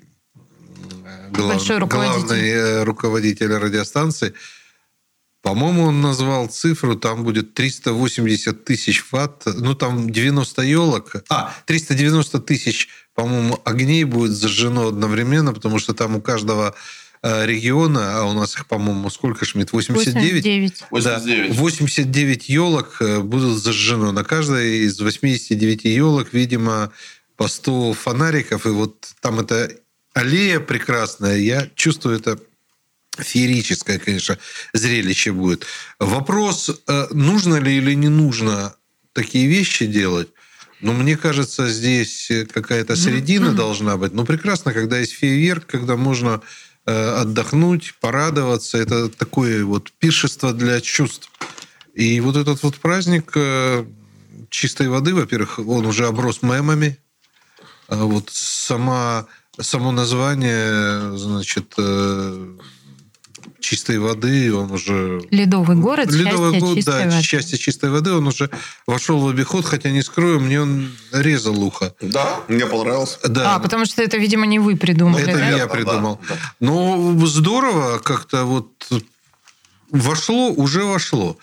Глав, главный руководитель радиостанции. По-моему, он назвал цифру, там будет триста восемьдесят тысяч ватт, ну, там девяносто елок. А, триста девяносто тысяч, по-моему, огней будет зажжено одновременно, потому что там у каждого региона, а у нас их, по-моему, сколько, Шмидт? восемьдесят девять? восемьдесят девять. Да, восемьдесят девять елок будут зажжено. На каждой из восьмидесяти девяти елок, видимо, по сто фонариков. И вот там это... аллея прекрасная. Я чувствую, это феерическое, конечно, зрелище будет. Вопрос, нужно ли или не нужно такие вещи делать? Но мне кажется, здесь какая-то середина mm-hmm. должна быть. Но прекрасно, когда есть фейерверк, когда можно отдохнуть, порадоваться. Это такое вот пиршество для чувств. И вот этот вот праздник чистой воды, во-первых, он уже оброс мемами. Вот сама само название, значит, чистой воды, он уже... Ледовый город, Ледовый счастье город, чистой да, воды. счастье чистой воды, он уже вошел в обиход, хотя, не скрою, мне он резал ухо. Да, мне понравился. Да. А, потому что это, видимо, не вы придумали, Это да? я придумал. Да, да. Но здорово как-то вот вошло, уже вошло.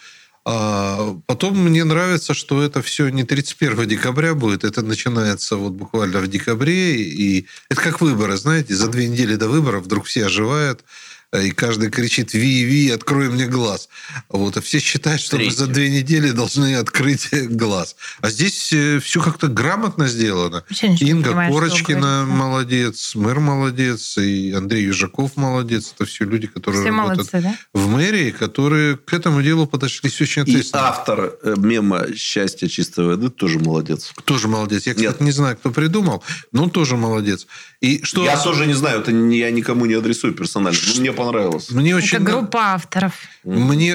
А потом мне нравится, что это все не тридцать первого декабря будет, это начинается вот буквально в декабре, и это как выборы, знаете, за две недели до выборов вдруг все оживают, и каждый кричит «Ви-ви, открой мне глаз». Вот, а все считают, что мы за две недели должны открыть глаз. А здесь все как-то грамотно сделано. Инга понимаю, Корочкина молодец, мэр молодец, и Андрей Южаков молодец. Это все люди, которые все работают молодцы, да? в мэрии, которые к этому делу подошли очень ответственно. И автор мема «Счастье чистой воды» тоже молодец. Тоже молодец. Я, кстати, Нет. не знаю, кто придумал, но тоже молодец. И что... Я тоже не знаю, это я никому не адресую персонально. Но мне понравилось. Мне очень... Это группа авторов. Мне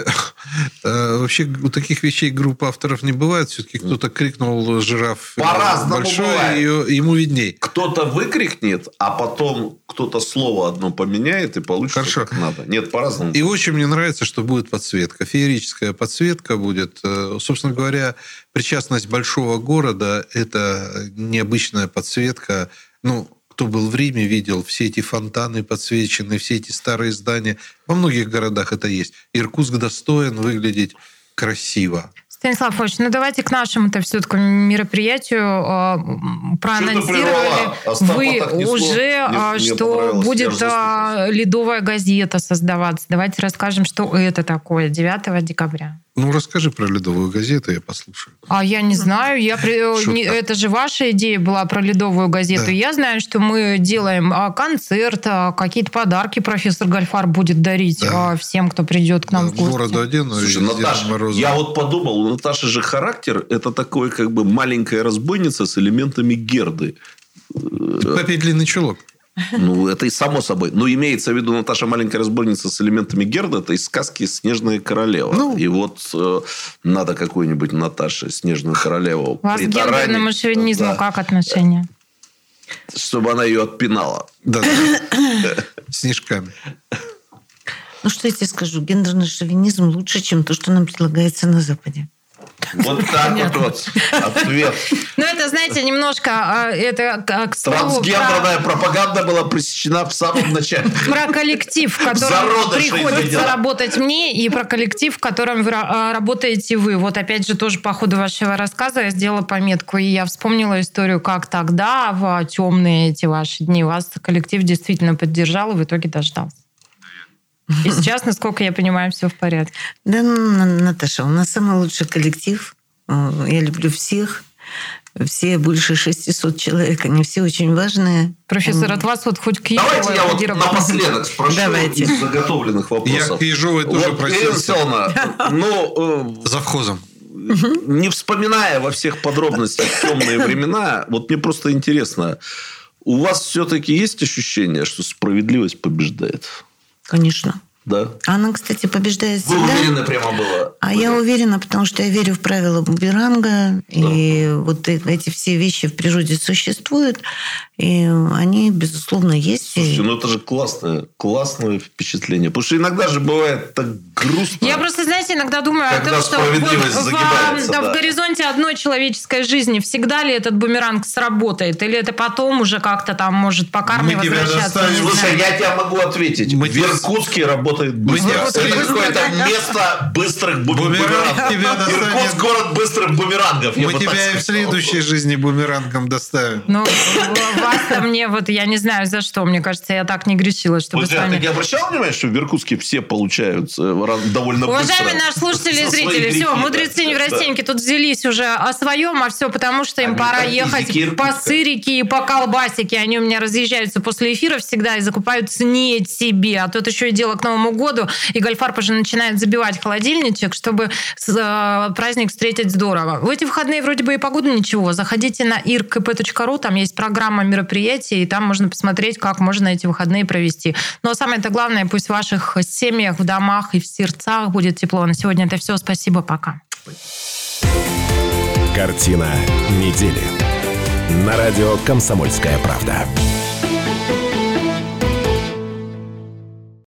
э, вообще у таких вещей группа авторов не бывает. Все-таки кто-то крикнул «Жираф» По-разному большой, бывает. И, ему видней. Кто-то выкрикнет, а потом кто-то слово одно поменяет, и получится Хорошо. Как надо. Нет, по-разному. И очень мне нравится, что будет подсветка. Феерическая подсветка будет. Собственно говоря, причастность большого города – это необычная подсветка. Ну, кто был в Риме, видел все эти фонтаны подсвечены, все эти старые здания. Во многих городах это есть. Иркутск достоин выглядеть красиво. Станислав Ильич, ну давайте к нашему-то все-таки мероприятию. Проанонсировали вы уже, не, что не будет ледовая газета создаваться. Давайте расскажем, что это такое девятого декабря. Ну, расскажи про ледовую газету, я послушаю. А я не знаю. Я... Это же ваша идея была про ледовую газету. Да. Я знаю, что мы делаем концерт, какие-то подарки профессор Гольфар будет дарить да. всем, кто придет к нам да, в гости. Городу один. Слушай, Наташа, я вот подумал, у Наташи же характер, это такой как бы маленькая разбойница с элементами Герды. Папе длинный чулок. Ну, это и само собой. Но имеется в виду Наташа маленькая разбойница с элементами Герда. Это из сказки «Снежная королева». Ну, и вот э, надо какую-нибудь Наташе «Снежную королеву». У вас к гендерному шовинизму да. как отношение? Чтобы она ее отпинала. Да, снежками. Ну, что я тебе скажу? Гендерный шовинизм лучше, чем то, что нам предлагается на Западе. Вот так вот, вот ответ. Ну, это, знаете, немножко... Это, к слову, трансгендерная про... пропаганда была пресечена в самом начале. Про коллектив, в котором приходится работать мне, и про коллектив, в котором вы работаете вы. Вот опять же, тоже по ходу вашего рассказа я сделала пометку, и я вспомнила историю, как тогда, в темные эти ваши дни, вас коллектив действительно поддержал, и в итоге дождался. И сейчас, насколько я понимаю, все в порядке. Да, Наташа, у нас самый лучший коллектив. Я люблю всех. Все больше шестисот человек. Они все очень важные. Профессор, от вас вот хоть к Ежовой... Давайте я вот напоследок спрошу Давайте. из заготовленных вопросов. Я к Ежовой тоже вот, просился. Ну, э, завхозом. Не вспоминая во всех подробностях темные времена, вот мне просто интересно, у вас все-таки есть ощущение, что справедливость побеждает? Конечно. Да. Она, кстати, побеждает всегда. Вы уверены прямо было? А я уверена, потому что я верю в правила бумеранга. Да. И вот эти все вещи в природе существуют. И они, безусловно, есть. Слушайте, ну это же классное, классное впечатление. Потому что иногда же бывает так грустно. Я просто, знаете, иногда думаю о том, что вот в, да. в горизонте одной человеческой жизни всегда ли этот бумеранг сработает? Или это потом уже как-то там может по карме Мы возвращаться? Слушай, я тебе могу ответить. Мы в Иркутске работает быстро. Это какое-то место быстрых бумерангов. Иркутск город быстрых бумерангов. Мы тебя и в следующей жизни бумерангом доставим. Ну, вас-то мне вот, я не знаю за что. Мне кажется, я так не грешила, чтобы с вами... Ты не обращал внимания, что в Иркутске все получают довольно быстро? Уважаемые наши слушатели и зрители, все, мудрецы неврастеньки тут взялись уже о своем, а все потому, что им пора ехать по сырике и по колбасике. Они у меня разъезжаются после эфира всегда и закупаются не себе. А тут еще и дело к Новому году, и Гольфарб уже начинает забивать холодильничек, чтобы праздник встретить здорово. В эти выходные вроде бы и погода ничего. Заходите на ир кэ пэ точка ру, там есть программа мероприятий, и там можно посмотреть, как можно эти выходные провести. Но самое-то главное, пусть в ваших семьях, в домах и в сердцах будет тепло. На сегодня это все. Спасибо, пока. Картина недели. На радио «Комсомольская правда».